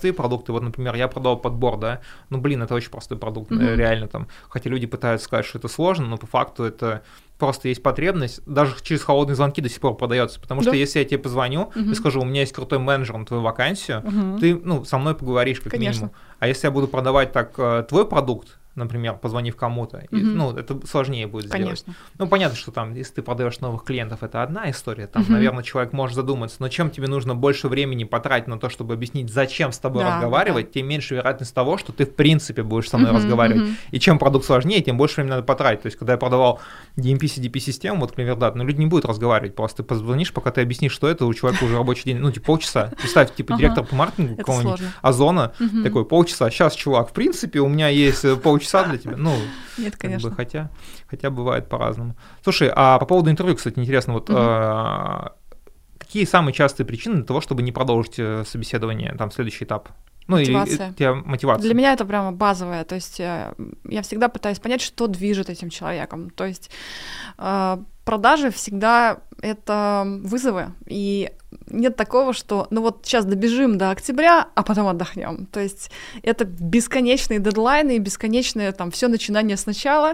простые продукты. Вот, например, я продавал подбор, да, ну, блин, это очень простой продукт, реально там. Хотя люди пытаются сказать, что это сложно, но по факту это просто есть потребность, даже через холодные звонки до сих пор продается, потому что если я тебе позвоню и скажу, у меня есть крутой менеджер на твою вакансию, ты, ну, со мной поговоришь как минимум. А если я буду продавать так твой продукт, например, позвонив кому-то, ну, это сложнее будет сделать. Конечно. Ну, понятно, что там, если ты продаешь новых клиентов, это одна история, там, наверное, человек может задуматься, но чем тебе нужно больше времени потратить на то, чтобы объяснить, зачем с тобой разговаривать, тем меньше вероятность того, что ты, в принципе, будешь со мной разговаривать. И чем продукт сложнее, тем больше времени надо потратить. То есть, когда я продавал DMP, CDP-систему, вот, например, да, ну, люди не будут разговаривать, просто ты позвонишь, пока ты объяснишь, что это, у человека уже рабочий день, ну, типа, полчаса. Представь, типа, директор по маркетингу какого-нибудь Озона, такой, полчаса, сейчас, чувак, в принципе, у меня есть полчаса для тебя, ну, нет, конечно. Как бы, хотя бывает по-разному. Слушай, а по поводу интервью, кстати, интересно, вот какие самые частые причины для того, чтобы не продолжить собеседование, там, следующий этап? Ну, мотивация. Для меня это прямо базовое, то есть я всегда пытаюсь понять, что движет этим человеком, то есть продажи всегда это вызовы, и нет такого, что ну вот сейчас добежим до октября, а потом отдохнем. То есть это бесконечные дедлайны, бесконечное там все начинание сначала,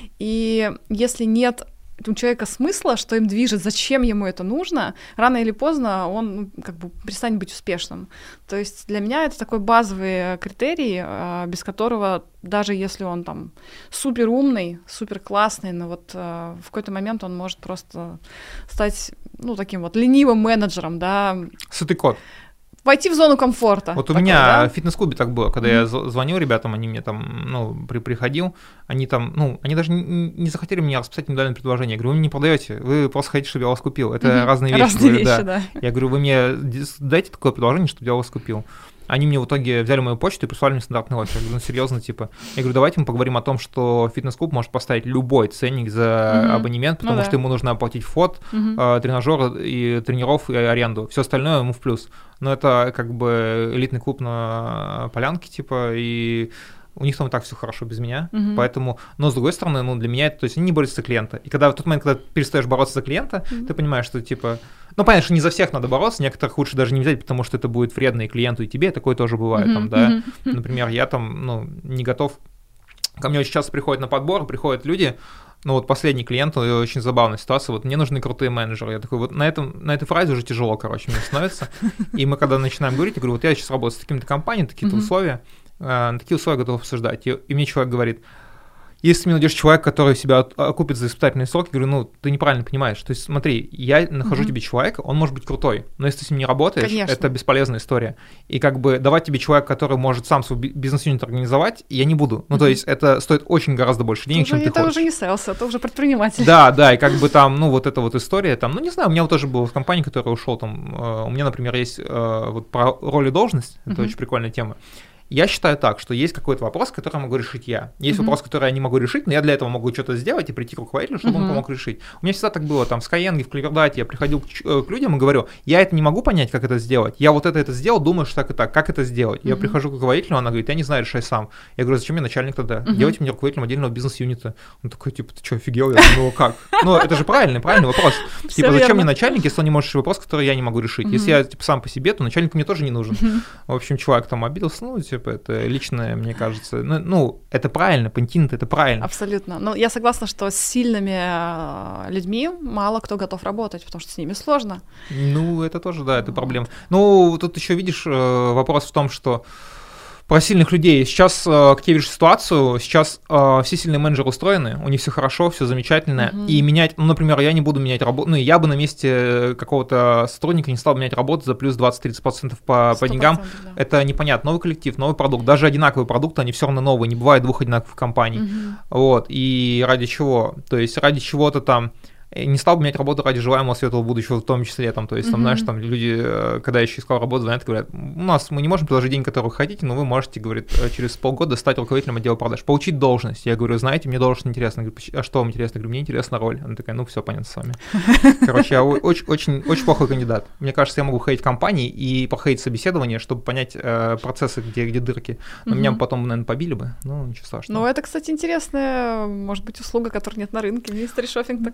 и если нет у человека смысла, что им движет, зачем ему это нужно, рано или поздно он как бы перестанет быть успешным. То есть для меня это такой базовый критерий, без которого даже если он там супер умный, супер классный, но вот в какой-то момент он может просто стать, ну, таким вот ленивым менеджером, да. Сытый кот. Войти в зону комфорта. Вот у меня в фитнес-клубе так было, когда я звонил ребятам, они мне там, ну, приходил, они там, ну, они даже не захотели мне расписать индивидуальное предложение. Я говорю, вы мне не продаете, вы просто хотите, чтобы я вас купил. Это разные вещи. Разные вещи, да. Я говорю, вы мне дайте такое предложение, чтобы я вас купил. Они мне в итоге взяли мою почту и прислали мне стандартный оффер. Я говорю, ну серьезно, типа. Я говорю, давайте мы поговорим о том, что фитнес-клуб может поставить любой ценник за абонемент, потому что ему нужно оплатить вход, тренажер и тренеров и аренду. Все остальное ему в плюс. Но это как бы элитный клуб на Полянке, типа, и у них там и так все хорошо без меня, поэтому, но с другой стороны, ну, для меня это, то есть они не борются за клиента, и когда в тот момент, когда ты перестаешь бороться за клиента, ты понимаешь, что, типа, ну, понятно, что не за всех надо бороться, некоторых лучше даже не взять, потому что это будет вредно и клиенту, и тебе, такое тоже бывает, там, да, например, я там, ну, не готов, ко мне очень часто приходят на подбор, приходят люди, ну вот последний клиент, очень забавная ситуация, вот мне нужны крутые менеджеры, я такой, вот на этой фразе уже тяжело, короче, мне становится, и мы когда начинаем говорить, я говорю, вот я сейчас работаю с такими-то компаниями, такие-то условия, на такие условия готов обсуждать, и мне человек говорит, если мне найдешь человека, который себя окупит за испытательный срок, я говорю, ну, ты неправильно понимаешь. То есть смотри, я нахожу тебе человека, он может быть крутой, но если ты с ним не работаешь, это бесполезная история. И как бы давать тебе человека, который может сам свой бизнес-юнит организовать, я не буду. Ну, то есть это стоит очень гораздо больше денег, чем ты хочешь. Это уже не селс, это уже предприниматель. Да, и как бы там, ну, вот эта вот история, там, ну, не знаю, у меня вот тоже была в компании, которая ушел, там, у меня, например, есть вот про роль и должность, это очень прикольная тема. Я считаю так, что есть какой-то вопрос, который могу решить я. Есть вопрос, который я не могу решить, но я для этого могу что-то сделать и прийти к руководителю, чтобы он помог решить. У меня всегда так было, там, в Skyeng, в Клевердате, я приходил к людям и говорю, я это не могу понять, как это сделать, я вот это сделал, думаю, что так и так, как это сделать? Я прихожу к руководителю, она говорит, я не знаю, решай сам. Я говорю, зачем мне начальник тогда? Делайте мне руководителем отдельного бизнес-юнита. Он такой, типа, ты что, офигел? Я думаю, как? Ну, это же правильный вопрос. Типа, зачем мне начальник, если он не может решить вопрос, который я не могу решить? Если я, типа, сам по себе, то начальник мне тоже не нужен. В общем, чувак там обиделся, ну, типа, это лично, мне кажется. Ну, это правильно, Пантин, это правильно. Абсолютно. Но я согласна, что с сильными людьми мало кто готов работать, потому что с ними сложно. Ну, это тоже, да, это проблема. Ну, тут еще видишь, вопрос в том, что про сильных людей. Сейчас, как я вижу ситуацию, сейчас все сильные менеджеры устроены, у них все хорошо, все замечательно, и менять, ну, например, я не буду менять работу, ну, я бы на месте какого-то сотрудника не стал менять работу за плюс 20-30% по деньгам, да. Это непонятно, новый коллектив, новый продукт, даже одинаковые продукты, они все равно новые, не бывает двух одинаковых компаний, вот, и ради чего, то есть ради чего-то там, не стал бы менять работу ради желаемого светлого будущего в том числе, там, то есть, там, знаешь, там люди, когда я еще искал работу, звонят и говорят, мы не можем предложить деньги, который вы хотите, но вы можете, говорит, через полгода стать руководителем отдела продаж, получить должность. Я говорю, знаете, мне должность интересна. Говорю, а что вам интересно? Я говорю, мне интересна роль. Она такая, ну все, понятно с вами. Короче, я очень плохой кандидат. Мне кажется, я могу ходить в компании и проходить собеседование, чтобы понять процессы, где дырки. Но меня потом, наверное, побили бы, ну ничего страшного. Ну это, кстати, интересная, может быть, услуга, которой нет на рынке, мистери шопинг такой. Ну,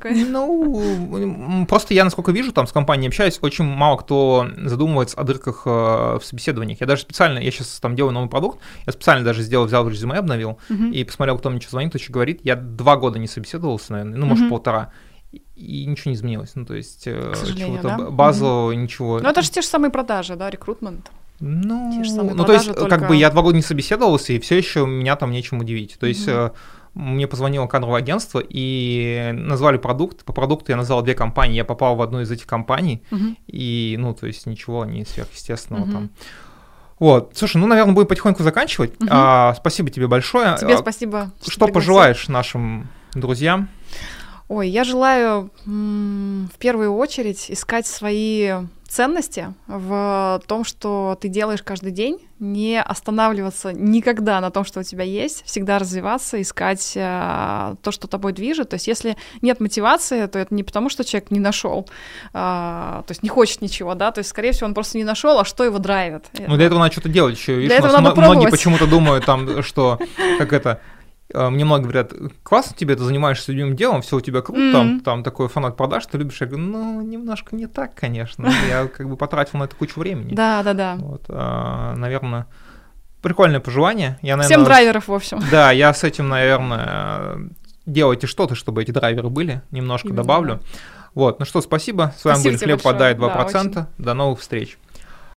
Ну, просто я, насколько вижу, там с компанией общаюсь, очень мало кто задумывается о дырках в собеседованиях. Я даже специально, я сейчас там делаю новый продукт, я специально даже взял резюме, обновил, и посмотрел, кто мне что звонит, кто что говорит. Я 2 года не собеседовался, наверное, ну, может, 1,5. И ничего не изменилось. Ну, то есть, чего-то да? базового, ничего. Ну, это же те же самые продажи, да, рекрутмент. Ну, продажи, то есть, только... как бы я 2 года не собеседовался, и все еще меня там нечем удивить. То есть, мне позвонило кадровое агентство и назвали продукт. По продукту я назвал 2 компании, я попал в одну из этих компаний, и, ну, то есть, ничего не сверхъестественного там. Вот, слушай, ну, наверное, будем потихоньку заканчивать. Спасибо тебе большое. Тебе спасибо. Что пожелаешь нашим друзьям? Ой, я желаю в первую очередь искать свои ценности в том, что ты делаешь каждый день, не останавливаться никогда на том, что у тебя есть, всегда развиваться, искать то, что тобой движет. То есть если нет мотивации, то это не потому, что человек не нашел, то есть не хочет ничего, да, то есть, скорее всего, он просто не нашел, а что его драйвит. Ну, для этого надо что-то делать еще. Видишь, для этого надо многие пробовать. Почему-то думают, там, что, как это... Мне много говорят, классно тебе, ты занимаешься любимым делом, все у тебя круто, там такой фанат продаж, ты любишь. Я говорю, ну, немножко не так, конечно. Я как бы потратил на это кучу времени. Да. Вот, наверное, прикольное пожелание. Всем драйверов, в общем. Да, я с этим, наверное, делайте что-то, чтобы эти драйверы были, немножко добавлю. Вот, ну что, спасибо. С вами был Хлеб подай 2%. До новых встреч.